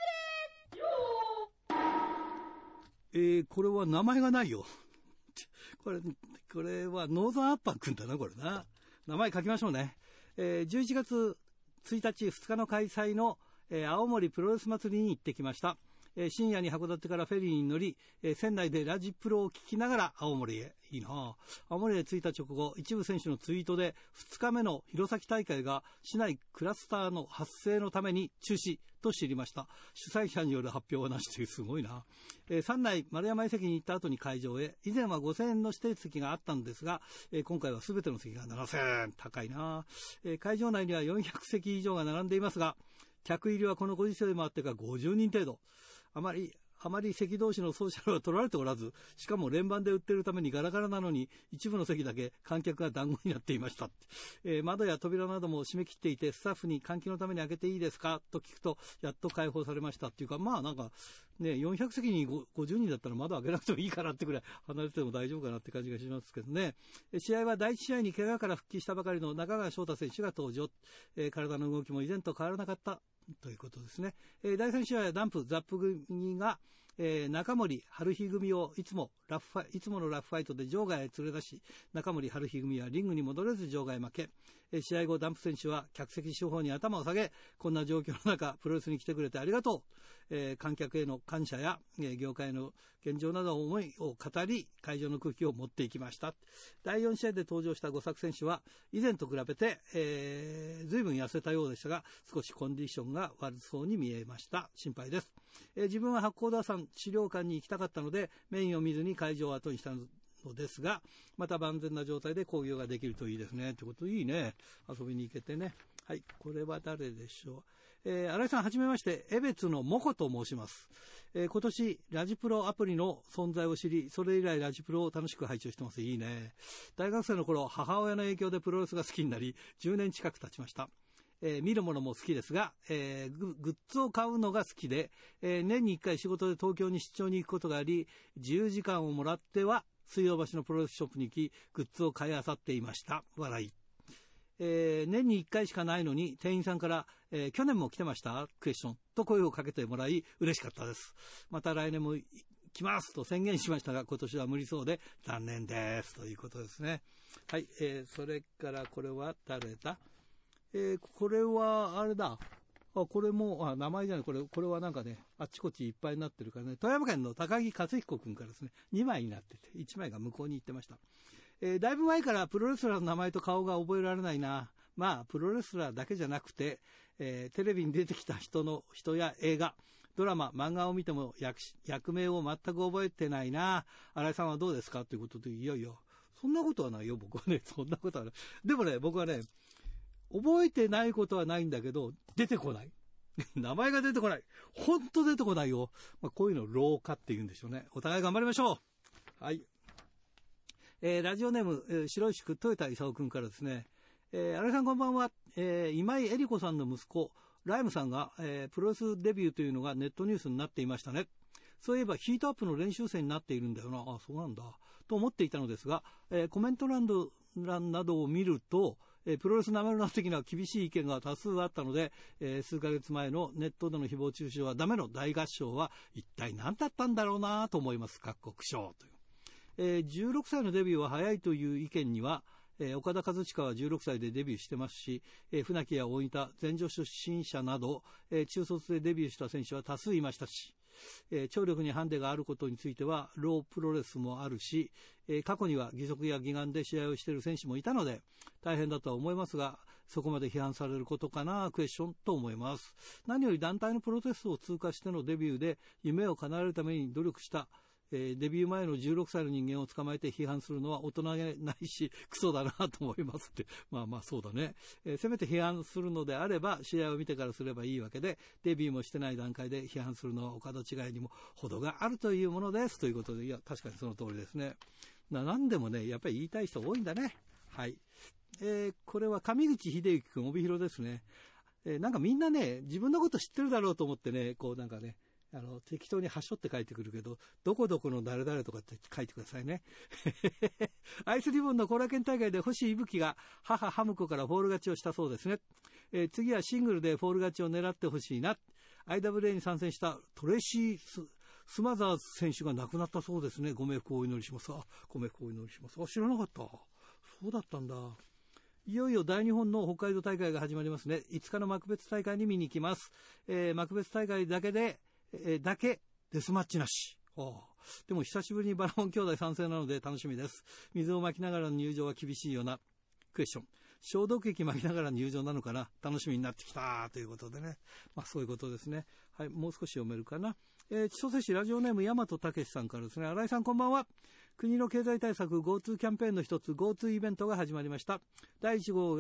ブレえー、これは名前がないよ。これ、これはノーザンアッパーくんだな、これな。名前書きましょうね。えー、じゅういちがつついたち、ふつかの開催のえー、青森プロレス祭りに行ってきました、えー、深夜に函館からフェリーに乗り、えー、仙台でラジプロを聞きながら青森へ。いいな。青森へ着いた直後、一部選手のツイートでふつかめの弘前大会が市内クラスターの発生のために中止と知りました。主催者による発表はなしという、すごいな。えー、三内丸山遺跡に行った後に会場へ。以前はごせんえんの指定席があったんですが、えー、今回は全ての席がななせんえん。高いな、えー。会場内にはよんひゃくせき以上が並んでいますが、客入りはこのご時世もあってかごじゅうにん程度。あまりあまり席同士のソーシャルは取られておらず、しかも連番で売ってるためにガラガラなのに、一部の席だけ観客が団子になっていました。えー、窓や扉なども閉め切っていて、スタッフに換気のために開けていいですかと聞くと、やっと開放されましたっていうか、まあなんか、ね、よんひゃく席にごじゅうにんだったら窓開けなくてもいいかなってくらい離れても大丈夫かなって感じがしますけどね。試合はだいいち試合に怪我から復帰したばかりの中川翔太選手が登場。えー、体の動きも以前と変わらなかったということですね。えー、だいさん試合はダンプ、ザップ組が、えー、中森春日組をいつもラフファいつものラフファイトで場外へ連れ出し、中森春日組はリングに戻れず場外負け。えー、試合後ダンプ選手は客席四方に頭を下げ、こんな状況の中プロレスに来てくれてありがとう、えー、観客への感謝や、えー、業界への現状など思いを語り、会場の空気を持っていきました。だいよん試合で登場した五作選手は以前と比べて、えー、随分痩せたようでしたが、少しコンディションが悪そうに見えました。心配です。えー、自分は八甲田山資料館に行きたかったのでメインを見ずに会場を後にしたのですが、また万全な状態で興行ができるといいですね。ということいいね。遊びに行けてね。はい、これは誰でしょう。えー、新井さんはじめまして、江別のモコと申します。えー、今年ラジプロアプリの存在を知り、それ以来ラジプロを楽しく拝聴してます。いいね。大学生の頃、母親の影響でプロレスが好きになり、じゅうねん近く経ちました。えー、見るものも好きですが、えー、グ, グッズを買うのが好きで、えー、年にいっかい仕事で東京に出張に行くことがあり、自由時間をもらっては水道橋のプロレスショップに行き、グッズを買い漁っていました。笑い。えー、年にいっかいしかないのに店員さんから、えー、去年も来てましたクエスチョンと声をかけてもらい嬉しかったです。また来年も来ますと宣言しましたが、今年は無理そうで残念ですということですね。はい、えー、それからこれは誰だ。えー、これはあれだ。あ、これもあ名前じゃない、これこれはなんかね、あっちこっちいっぱいになってるからね。富山県の高木克彦君からですね、にまいになってていちまいが向こうに行ってました。えー、だいぶ前からプロレスラーの名前と顔が覚えられないな。まあプロレスラーだけじゃなくて、えー、テレビに出てきた人の人や映画、ドラマ、漫画を見ても 役, 役名を全く覚えてないな。新井さんはどうですかということで、いやいやそんなことはないよ僕はね。そんなことはない。でもね、僕はね、覚えてないことはないんだけど出てこない。名前が出てこない。ほんと出てこないよ。まあ、こういうの老化って言うんでしょうね。お互い頑張りましょう。はい。えー、ラジオネーム、えー、白石区豊田勲君からですね、えー、新井さんこんばんは。えー、今井絵理子さんの息子ライムさんが、えー、プロレスデビューというのがネットニュースになっていましたね。そういえばヒートアップの練習生になっているんだよな。あ、そうなんだと思っていたのですが、えー、コメント欄などを見ると、えー、プロレスなめるな的な厳しい意見が多数あったので、えー、数ヶ月前のネットでの誹謗中傷はダメの大合唱は一体何だったんだろうなと思います。各国賞という、えー、じゅうろくさいのデビューは早いという意見には、えー、岡田和親はじゅうろくさいでデビューしてますし、えー、船木や大分前女出身者など、えー、中卒でデビューした選手は多数いましたし、えー、聴力にハンデがあることについてはロープロレスもあるし、えー、過去には義足や義眼で試合をしている選手もいたので大変だとは思いますが、そこまで批判されることかなクエスチョンと思います。何より団体のプロテストを通過してのデビューで夢を叶えるために努力したえー、デビュー前のじゅうろくさいの人間を捕まえて批判するのは大人げないしクソだなと思いますって。まあまあそうだね、えー、せめて批判するのであれば試合を見てからすればいいわけで、デビューもしてない段階で批判するのは岡田違いにも程があるというものですということで、いや確かにその通りですね。な何でもねやっぱり言いたい人多いんだね。はい、えー、これは上口秀之君帯広ですね。えー、なんかみんなね自分のこと知ってるだろうと思ってね、こうなんかねあの適当にはしょって書いてくるけど、どこどこの誰々とかって書いてくださいね。アイスリボンの後楽園大会で星伊吹が母ハムコからフォール勝ちをしたそうですね。えー、次はシングルでフォール勝ちを狙ってほしいな。 アイダブリュー に参戦したトレイシー・ス, スマザーズ選手が亡くなったそうですね。ご冥福をお祈りします。あ、ご冥福をお祈りします。あ、知らなかった。そうだったんだ。いよいよ大日本の北海道大会が始まりますね。いつかの幕別大会に見に行きます。えー、幕別大会だけでえー、だけデスマッチなし。ああ、でも久しぶりにバラモン兄弟参戦なので楽しみです。水をまきながらの入場は厳しいような。クエスチョン、消毒液まきながら入場なのかな。楽しみになってきたということでね、まあそういうことですね。はい、もう少し読めるかな。えー、千歳市ラジオネーム大和武さんからですね。新井さんこんばんは。国の経済対策 GoTo キャンペーンの一つ GoTo イベントが始まりました。だいいち号が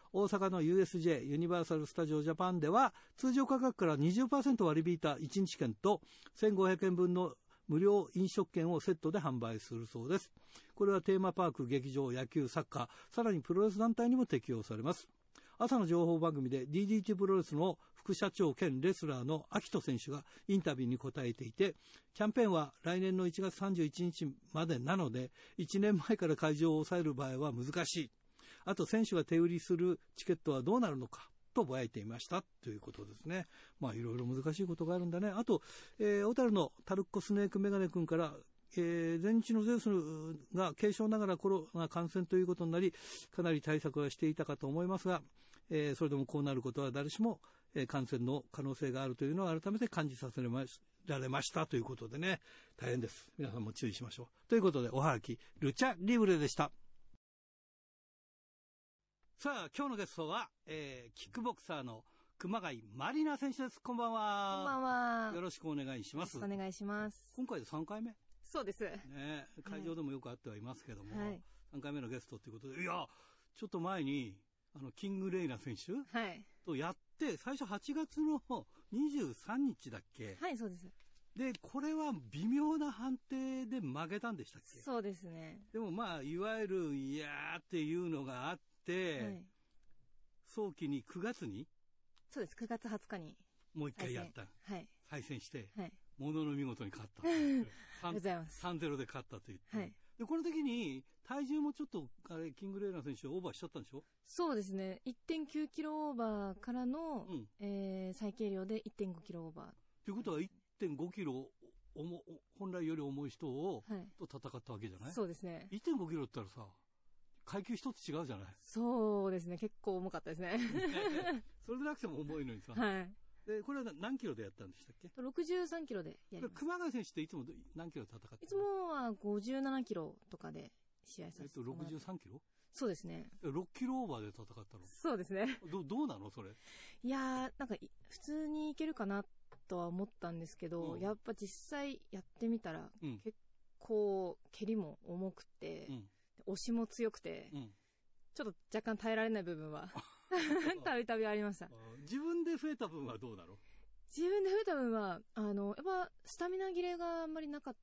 大阪の ユーエスジェー ユニバーサル・スタジオ・ジャパンでは通常価格から にじゅっパーセント 割り引いたいちにち券とせんごひゃくえんぶんの無料飲食券をセットで販売するそうです。これはテーマパーク、劇場、野球、サッカー、さらにプロレス団体にも適用されます。朝の情報番組で ディーディーティー プロレスの副社長兼レスラーの秋人選手がインタビューに答えていて、キャンペーンは来年のいちがつさんじゅういちにちまでなので、いちねんまえから会場を抑える場合は難しい。あと選手が手売りするチケットはどうなるのかとぼやいていましたということですね。まあいろいろ難しいことがあるんだね。あと、えー、小樽のタルッコスネークメガネ君から、えー、前日のゼウスが軽症ながらコロナ感染ということになり、かなり対策はしていたかと思いますが、えー、それでもこうなることは誰しも、えー、感染の可能性があるというのを改めて感じさせられましたということでね、大変です。皆さんも注意しましょう。ということで、おはがきルチャリブレでした。さあ、今日のゲストは、えー、キックボクサーの熊谷まりな選手です。こんばんは。 こんばんは。 よろしくお願いします。 お願いします。 今回でさんかいめ。 そうです。 ね、会場でもよく会ってはいますけども、 はい、 さんかいめのゲストということで、いや、ちょっと前に、あの、キングレイナ選手、 はい、 とやって、最初はちがつのにじゅうさんにちだっけ。 はい、そうです。 で、これは微妙な判定で負けたんでしたっけ。 そうですね。 でもまあ、いわゆる、いやーっていうのがあって、はい、早期にくがつにそうです、くがつはつかに。 もう一回やった。 はい。 再戦して、 はい。 ものの見事に勝った。 ありがとうございます。 さんたいゼロ で勝ったと言って。 はい。 で、この時に、体重もちょっと、あれ、キングレイナー選手オーバーしちゃったんでしょ。 そうですね。いってんきゅうキロオーバーからの、うん、えー、最軽量で いってんごキロオーバー。 ということは いってんごキロ重、本来より重い人を、 はい、 と戦ったわけじゃない。 そうですね。 いってんごキロって言ったらさ、階級一つ違うじゃない。 そうですね。結構重かったですね。 それでなくても重いのにさ。 はい。 で、これは何キロでやったんでしたっけ。 ろくじゅうさんキロでやります。 熊谷選手っていつも何キロで戦ってる。 いつもはごじゅうななキロとかで試合させてもらって。えっと、 ろくじゅうさんキロ。 そうですね。 ろっキロオーバーで戦ったの。 そうですね。 ど、どうなのそれ。 いやー、なんか、普通にいけるかなとは思ったんですけど、うん、やっぱ実際やってみたら、うん、結構、蹴りも重くて、うん、押しも強くて、うん、ちょっと若干耐えられない部分は、たびたびありました。 自分で増えた分はどうなの？ 自分で増えた分は、あの、やっぱ、スタミナ切れがあんまりなかった。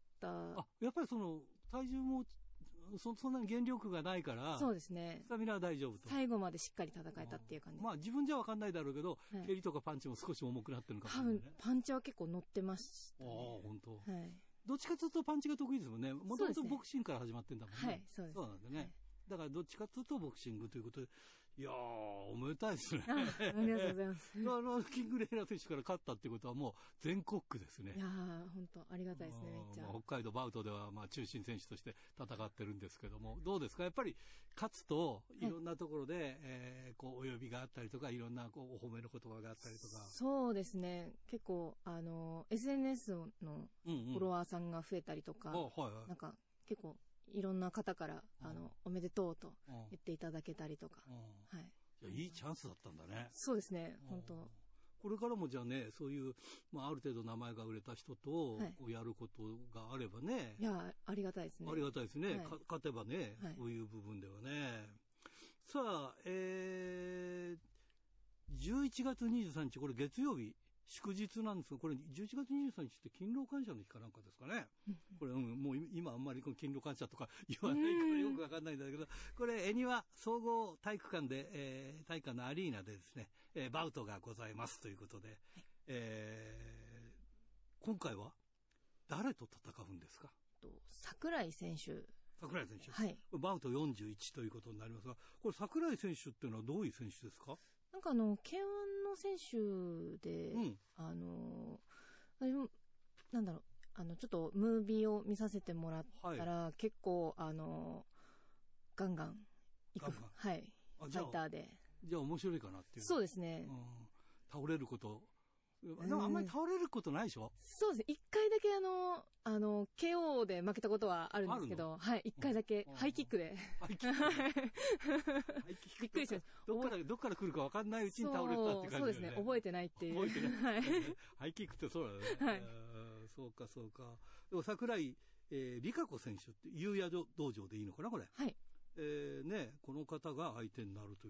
あ、やっぱりその、体重も、そ, そんなに減力がないから、 そうですね。 スタミナは大丈夫と。 最後までしっかり戦えたっていう感じ。 まあ自分じゃわかんないだろうけど、はい、蹴りとかパンチも少し重くなってるのかもしれない、ね。 多分、パンチは結構乗ってました、ね。 ああ、本当。 はい。 どっちかというとパンチが得意ですもんね。もともとボクシングから始まってんだもんね。 はい、そうです。 そうなんだね。はい、だからどっちかというとボクシングということで、いやー、おめでたいですね。 あ, ありがとうございます。 あの、キングレイナー選手から勝ったってことはもう全国区ですね。 いやー、本当ありがたいですね、めっちゃ。 まあ、北海道バウトでは、まあ、中心選手として戦ってるんですけども、どうですかやっぱり、勝つと、いろんなところで、はい、えー、こう、お呼びがあったりとか、いろんな、こう、お褒めの言葉があったりとか。 そうですね。結構、あの、エスエヌエス のフォロワーさんが増えたりとか、 うんうん、はいはい、 なんか、結構、いろんな方から、あの、おめでとうと言っていただけたりとか、はい。 いや、いいチャンスだったんだね。 そうですね、本当。 これからもじゃあね、そういう、まあ、ある程度名前が売れた人と、こうやることがあればね。 いや、ありがたいですね。 ありがたいですね。はい、勝てばね、はい、そういう部分ではね。さあ、えー、じゅういちがつにじゅうさんにち、これ月曜日。祝日なんですが、これじゅういちがつにじゅうさんにちって勤労感謝の日かなんかですかね。これ、うん、もう今あんまりこの勤労感謝とか言わないからよくわかんないんだけど、これ、恵庭総合体育館で、えー、体育館のアリーナでですね、えー、バウトがございますということで、はい、えー、今回は誰と戦うんですか？ 櫻井選手。 櫻井選手。 はい。 バウトよんじゅういちということになりますが、これ櫻井選手っていうのはどういう選手ですか？ なんかあの、ケーワン の選手で、うん、あの、なんだろう、あの、ちょっとムービーを見させてもらったら、はい、結構、あの、ガンガンいく、はい、ファイターで。 じゃあ面白いかなっていう。 そうですね。 うん、倒れること。でもあんまり倒れることないでしょ？ そうですね。一回だけあの、あの、ケーオー で負けたことはあるんですけど、はい、一回だけ、ハイキックで。 ハイキックびっくりしました。 どっから、どっから来るか分かんないうちに倒れたって感じだよね。 そうですね。覚えてないっていう。 覚えてない。 はい。 ハイキックってそうだね。はい。そうか、そうか。でも桜井、えー、理香子選手って、優也道場でいいのかな、これ。 はい。 えー、ね、この方が相手になるということ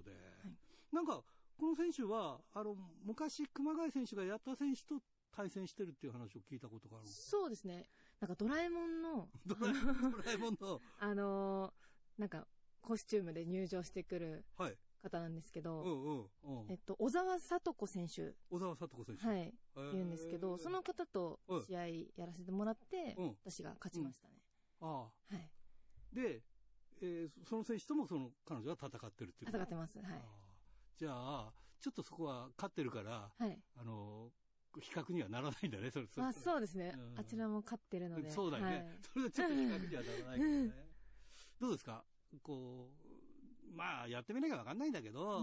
で、はい、なんかこの選手はあの昔熊谷選手がやった選手と対戦してるっていう話を聞いたことがある。 そうですね。なんかドラえもんのドラえもんのあのー、なんかコスチュームで入場してくる方なんですけど、はいうんうんうん、えっと小澤聡子選手、 小澤聡子選手、 はい、言うんですけど、その方と試合やらせてもらって、うん、私が勝ちましたね。 うん、ああ、はい。で、えー、その選手ともその彼女は戦ってるっていう。 戦ってます。はい。 じゃあちょっとそこは勝ってるから、はい、あの比較にはならないんだね。それあそうですね、うん。あちらも勝ってるので。 そうだよね。はい、それでちょっと比較にはならないけどね。どうですか。こうまあやってみなきゃ分かんないんだけど、うん、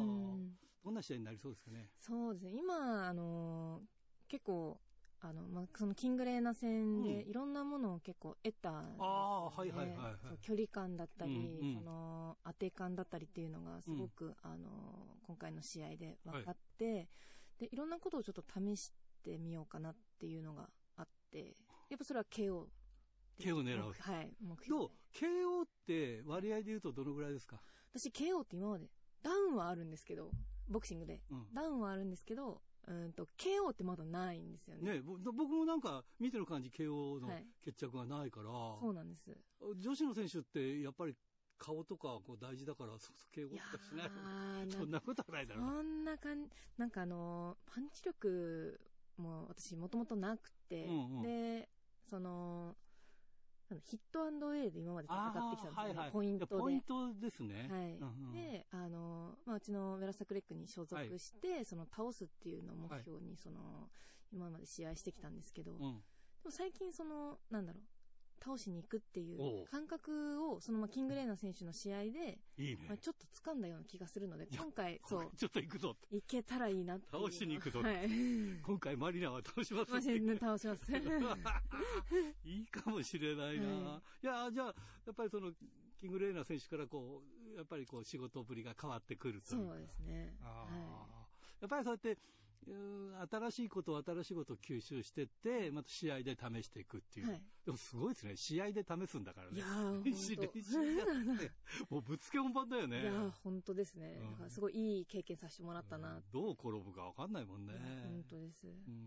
どんな試合になりそうですかね。 そうですね。今あのー、結構。あのまあ、そのキングレーナ戦でいろんなものを結構得たんですよね、あはいはいはいはい、距離感だったり、うんうん、その当て感だったりっていうのがすごく、うん、あの今回の試合で分かって、はい、でいろんなことをちょっと試してみようかなっていうのがあって、やっぱそれは ケーオーケーオー 狙う、 はい、目標どう ケーオー って割合で言うとどのぐらいですか。 私 ケーオー って今までダウンはあるんですけど、ボクシングで、うん、ダウンはあるんですけど、うんと ケーオー ってまだないんですよね。 ね、僕もなんか見てる感じ ケーオー の決着がないから、はい、 そうなんです。 女子の選手ってやっぱり顔とかこう大事だから、そうそう ケーオー とかしないそんなことはないだろう。 そんな感じ、なんかあのパンチ力も私もともとなくて、うんうん、でそのヒット&エーで今まで戦ってきたんですよね、はいはい、ポイントで。 ポイントですね。 はい。うんうん、で、あの、まあ、うちのウェラスタクレックに所属して、はい、その倒すっていうのを目標に、その、今まで試合してきたんですけど、うん、でも最近その、なんだろう、倒しに行くっていう感覚を、そのまあキングレーナー選手の試合で、 いいね、 まあ、ちょっと掴んだような気がするので、今回、そう。 ちょっと行くぞって。 行けたらいいなっていう。 倒しに行くぞ。 はい。 今回マリナは倒しますって。倒します。 いいかもしれないな、はい、いや、じゃあ、やっぱりその、キングレーナー選手からこう、やっぱりこう仕事ぶりが変わってくるという。 そうですね。 あはい、やっぱりそうやって、新しいことを新しいことを吸収してって、また試合で試していくっていう。はい、でもすごいですね。試合で試すんだからね。 いやー、練習もうぶつけ本番だよね。 いやー、本当ですね。うん、だからすごいいい経験させてもらったな。うん、 どう転ぶかわかんないもんね。 本当です、うん。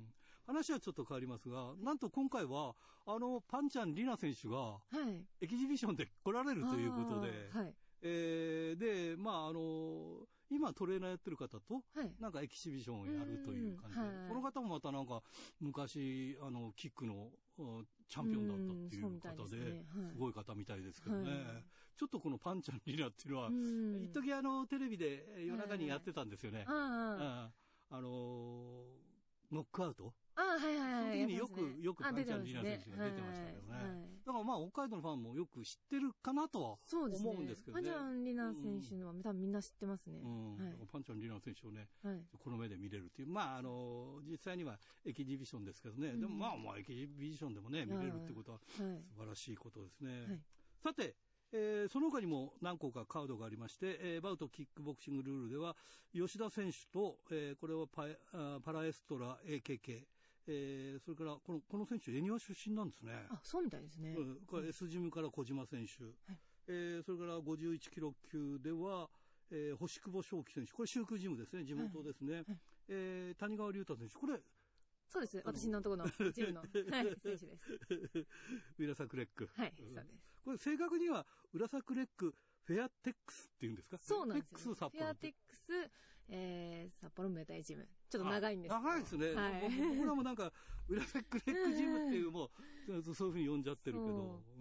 話はちょっと変わりますが、なんと今回は、あの、パンチャン・リナ選手が、はい、エキシビションで来られるということで、はい、えー、で、まあ、あの、今トレーナーやってる方と、なんかエキシビションをやるという感じで、はい、この方もまたなんか昔、あの、キックのチャンピオンだったっていう方で、すごい方みたいですけどね。はい、ちょっとこのパンチャンリナっていうのは、一時あの、テレビで夜中にやってたんですよね。あの、ノックアウトああ、はいはいはい。 その時によく、ね、よくパンチャン・リナ選手が出てましたけどね。はいはい、だからまあ、北海道のファンもよく知ってるかなとは思うんですけどね。 パンチャン・リナ選手のは、うん、多分みんな知ってますね。 うんはい、パンチャン・リナ選手をね、はい、この目で見れるっていう。まあ、あの、実際にはエキシビションですけどね。うん、でもまあ、まあ、エキシビションでもね、見れるってことは素晴らしいことですね。はい、さて、えー、その他にも何個かカードがありまして、えー、バウトキックボクシングルールでは、吉田選手と、えー、これはパ, あパラエストラ エーケーケー、えー、それからこのこの選手恵庭出身なんですね。 あ、そうみたいですね。 うん、これ S ジムから小島選手、はいえー、それからごじゅういちキロ級では、えー、星久保翔輝選手、これシュークジムですね、地元ですね。はいはいえー、谷川龍太選手、これそうです、私のところのジムの、はい、選手です。 ウィラサクレック。 はい、そうです。 これ正確にはウラサクレックフェアテックスっていうんですか。 そうなんですよ、ね。 フェアテックス、えー、札幌ムエタイジム。ちょっと長いんですけど。 長いですね。はい、僕らもなんか、ウラサクレックジムっていうもう、そういうふうに呼んじゃってるけど。うん、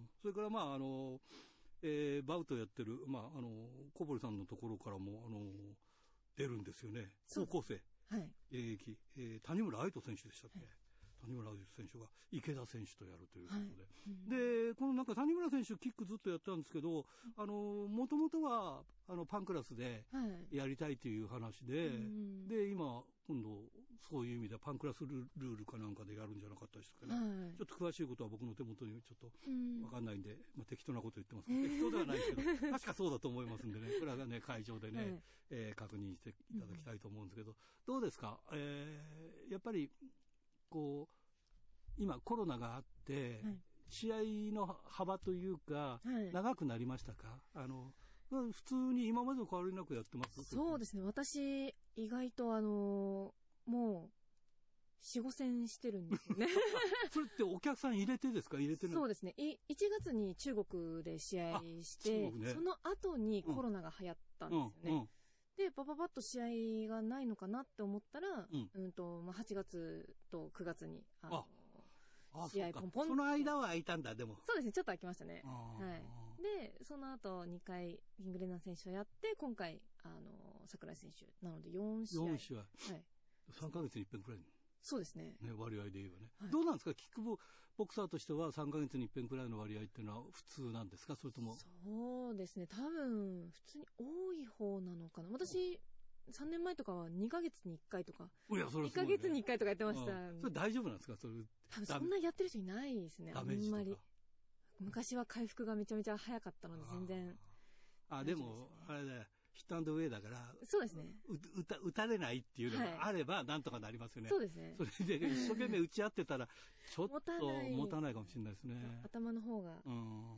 それからまあ、あの、えー、バウトやってる、まあ、あの、小堀さんのところからも、あの、出るんですよね。高校生。はい。現役、えー、谷村愛斗選手でしたっけ、はい、谷村愛斗選手が池田選手とやるということで。はいうん、で、このなんか谷村選手キックずっとやってたんですけど、あの、もともとは、あの、パンクラスでやりたいという話で、はい、で、今、今度、そういう意味ではパンクラスルールかなんかでやるんじゃなかったですかね。はい、ちょっと詳しいことは僕の手元にちょっとわかんないんで、まあ、適当なこと言ってますけど、適当ではないけど、確かそうだと思いますんでね、これはね、会場でね、はい、えー、確認していただきたいと思うんですけど、どうですか、えー、やっぱり、こう、今コロナがあって、はい、試合の幅というか、はい、長くなりましたか？あの、 普通に今までと変わりなくやってます？ そうですね。私、意外とあのー、もう、よん、ごせんしてるんですよね。 それってお客さん入れてですか？入れてない？ そうですね。いいちがつに中国で試合して、ね、その後にコロナが流行ったんですよね。うんうんうん、で、バババッと試合がないのかなって思ったら、うん、うんと、まあ、はちがつとくがつに、あの、あ試合ポンポン。 その間は空いたんだ、でも。 そうですね、ちょっと空きましたね。はい。で、その後にかい、キングレナー選手をやって、今回、あの、櫻井選手。なのでよんしあい。 よんしあい。はい。さんかげつにいっぺんくらい。 そうですね。 ね、割合で言えばね。はい、どうなんですか、キックボクサーとしてはさんかげつにいっぺんくらいの割合っていうのは普通なんですか、それとも。 そうですね、多分、普通に多い方なのかな。私、さんねんまえとかはにかげつにいっかいとか、 いやそれ、ね、 いっかげつにいっかいとかやってました。 それ大丈夫なんですか、それ。 多分そんなやってる人いないですね、あんまり。昔は回復がめちゃめちゃ早かったので、全然、ね。 あ、でも、あれだよ。ヒットアンドウェイだから、 そうですね。 打た、打たれないっていうのがあれば、なんとかなりますよね。 そうですね。 それで、一生懸命打ち合ってたら、ちょっと持たないかもしれないですね。 頭の方が。 うん。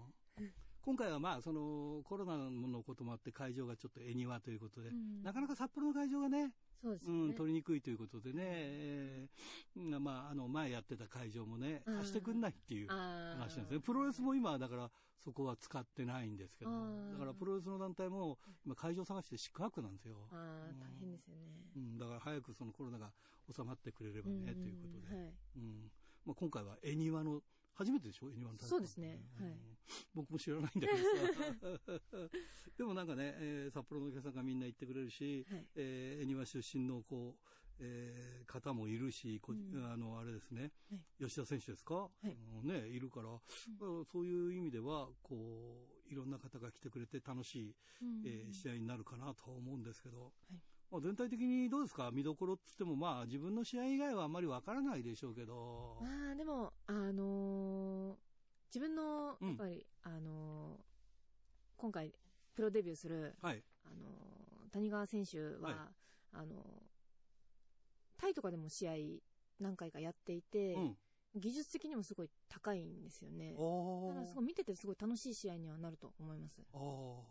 今回はまあ、その、コロナのこともあって、会場がちょっと恵庭ということで、うん、なかなか札幌の会場がね、 そうですね。 うん、取りにくいということでね、えー、まあ、あの、前やってた会場もね、貸してくんないっていう話なんですね。プロレスも今、だから、そこは使ってないんですけど、だからプロレスの団体も、今会場探して四苦八苦なんですよ。 ああ、大変ですよね。 うん、だから早くそのコロナが収まってくれればね、ということで。はい。うん。まあ、今回は恵庭の、初めてでしょ？恵庭の大会。 そうですね。はい。 僕も知らないんだけどさ。でもなんかね、えー、札幌のお客さんがみんな行ってくれるし、はい、えー、恵庭出身のこう、えー、方もいるし、こうん、あの、あれですね、はい、吉田選手ですか、はい、ね、いるから、うん、そういう意味では、こう、いろんな方が来てくれて楽しい、うん、えー、試合になるかなと思うんですけど、はい、まあ、全体的にどうですか、見どころって言っても、まあ、自分の試合以外はあんまりわからないでしょうけど。 まあ、でも、あのー、自分の、やっぱり、うん、あのー、今回、プロデビューする、はい、あのー、谷川選手は、はい、あのー、タイとかでも試合何回かやっていて、うん、技術的にもすごい高いんですよね。だからすごい見ててすごい楽しい試合にはなると思います。 あ、はい、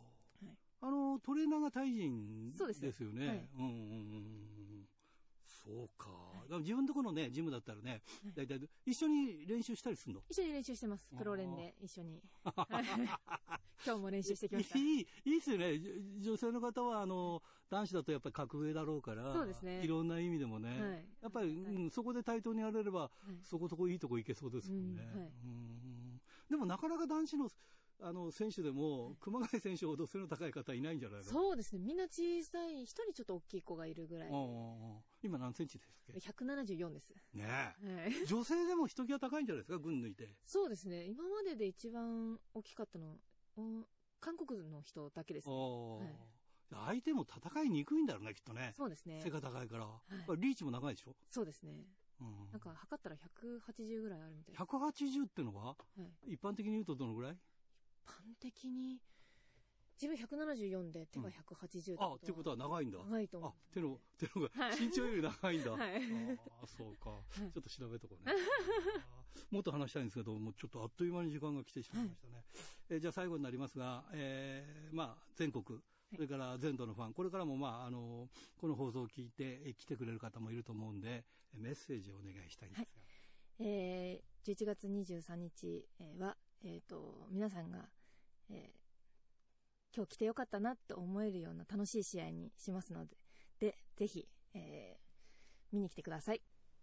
あのトレーナーがタイ人ですよね。はい、うんうんうん。そうか。はい、自分のところのね、ジムだったらね、だいたい一緒に練習したりするの？ 一緒に練習してます。プロ練で一緒に。今日も練習してきました。 いい、いいっすよね。女性の方は、あの、男子だとやっぱり格上だろうから、 そうですね。 いろんな意味でもね。はい、やっぱり、うん、そこで対等にやれれば、はい、そこそこいいとこ行けそうですもんね。うん、はい、うん、でもなかなか男子の、あの、選手でも、熊谷選手ほど背の高い方いないんじゃないの？ そうですね。みんな小さい、一人ちょっと大きい子がいるぐらい。 今何センチですか？ ひゃくななじゅうよんです。 ねえ。はい、女性でもひときわ高いんじゃないですか、群抜いて。 そうですね。今までで一番大きかったの、韓国の人だけですね。はい、 相手も戦いにくいんだろうね、きっとね。 そうですね。 背が高いから。はい、リーチも長いでしょ？ そうですね。うん、なんか測ったらひゃくはちじゅうぐらいあるみたいな。 ひゃくはちじゅうってのは、はい、一般的に言うとどのぐらい？ 一般的に、自分ひゃくななじゅうよんで手がひゃくはちじゅう、 うん、あ、ってことは長いんだ。 長いと思う。 あ、手の、手のが、身長より長いんだ。 はい、 ああ、そうか、はい。ちょっと調べとこうね。もっと話したいんですけど、もうちょっとあっという間に時間が来てしまいましたね。はい、えー、じゃあ最後になりますが、えー、まあ、全国、それから全土のファン、これからもまあ、あの、この放送を聞いて来てくれる方もいると思うんで、メッセージをお願いしたいんですが。はい、 えー、じゅういちがつにじゅうさんにちは、えっと、皆さんが、えー、今日来てよかったなって思えるような楽しい試合にしますので、で、ぜひ、えー、見に来てください。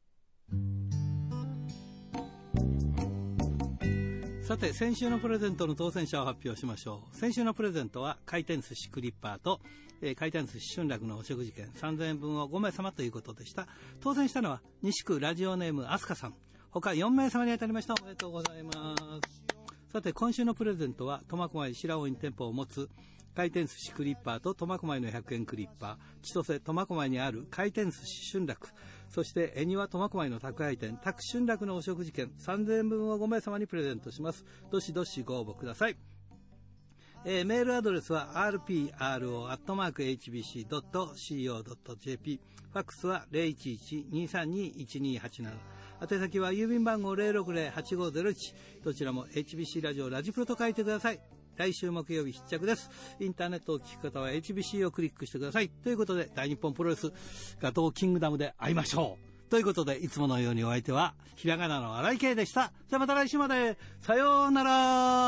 さて、先週のプレゼントの当選者を発表しましょう。先週のプレゼントは回転寿司クリッパーと、えー、回転寿司春楽のお食事券さんぜんえんぶんをごめいさまということでした。当選したのは西区ラジオネームあすかさん、他よんめいさまに当たりました。おめでとうございます。さて、今週のプレゼントは苫小牧白尾に店舗を持つ回転寿司クリッパーと苫小牧のひゃくえんクリッパー、千歳苫小牧にある回転寿司春楽、そして恵庭苫小牧の宅配店宅春楽のお食事券さんぜんえんぶんをごめいさまにプレゼントします。どしどしご応募ください。えー、メールアドレスは アールピーアールオー アットマーク エイチビーシー ドット シーオー ドット ジェーピー、 ファックスは ゼロいちいち にさんに いちにはちなな、宛先は郵便番号 ゼロろくゼロ はちごゼロいち、どちらも エイチビーシー ラジオラジプロと書いてください。 来週木曜日必着です。インターネットを聞く方は エイチビーシー をクリックしてください。ということで、大日本プロレスガトーキングダムで会いましょう。ということで、いつものようにお相手は、ひらがなの荒井圭でした。じゃあまた来週まで。さようなら。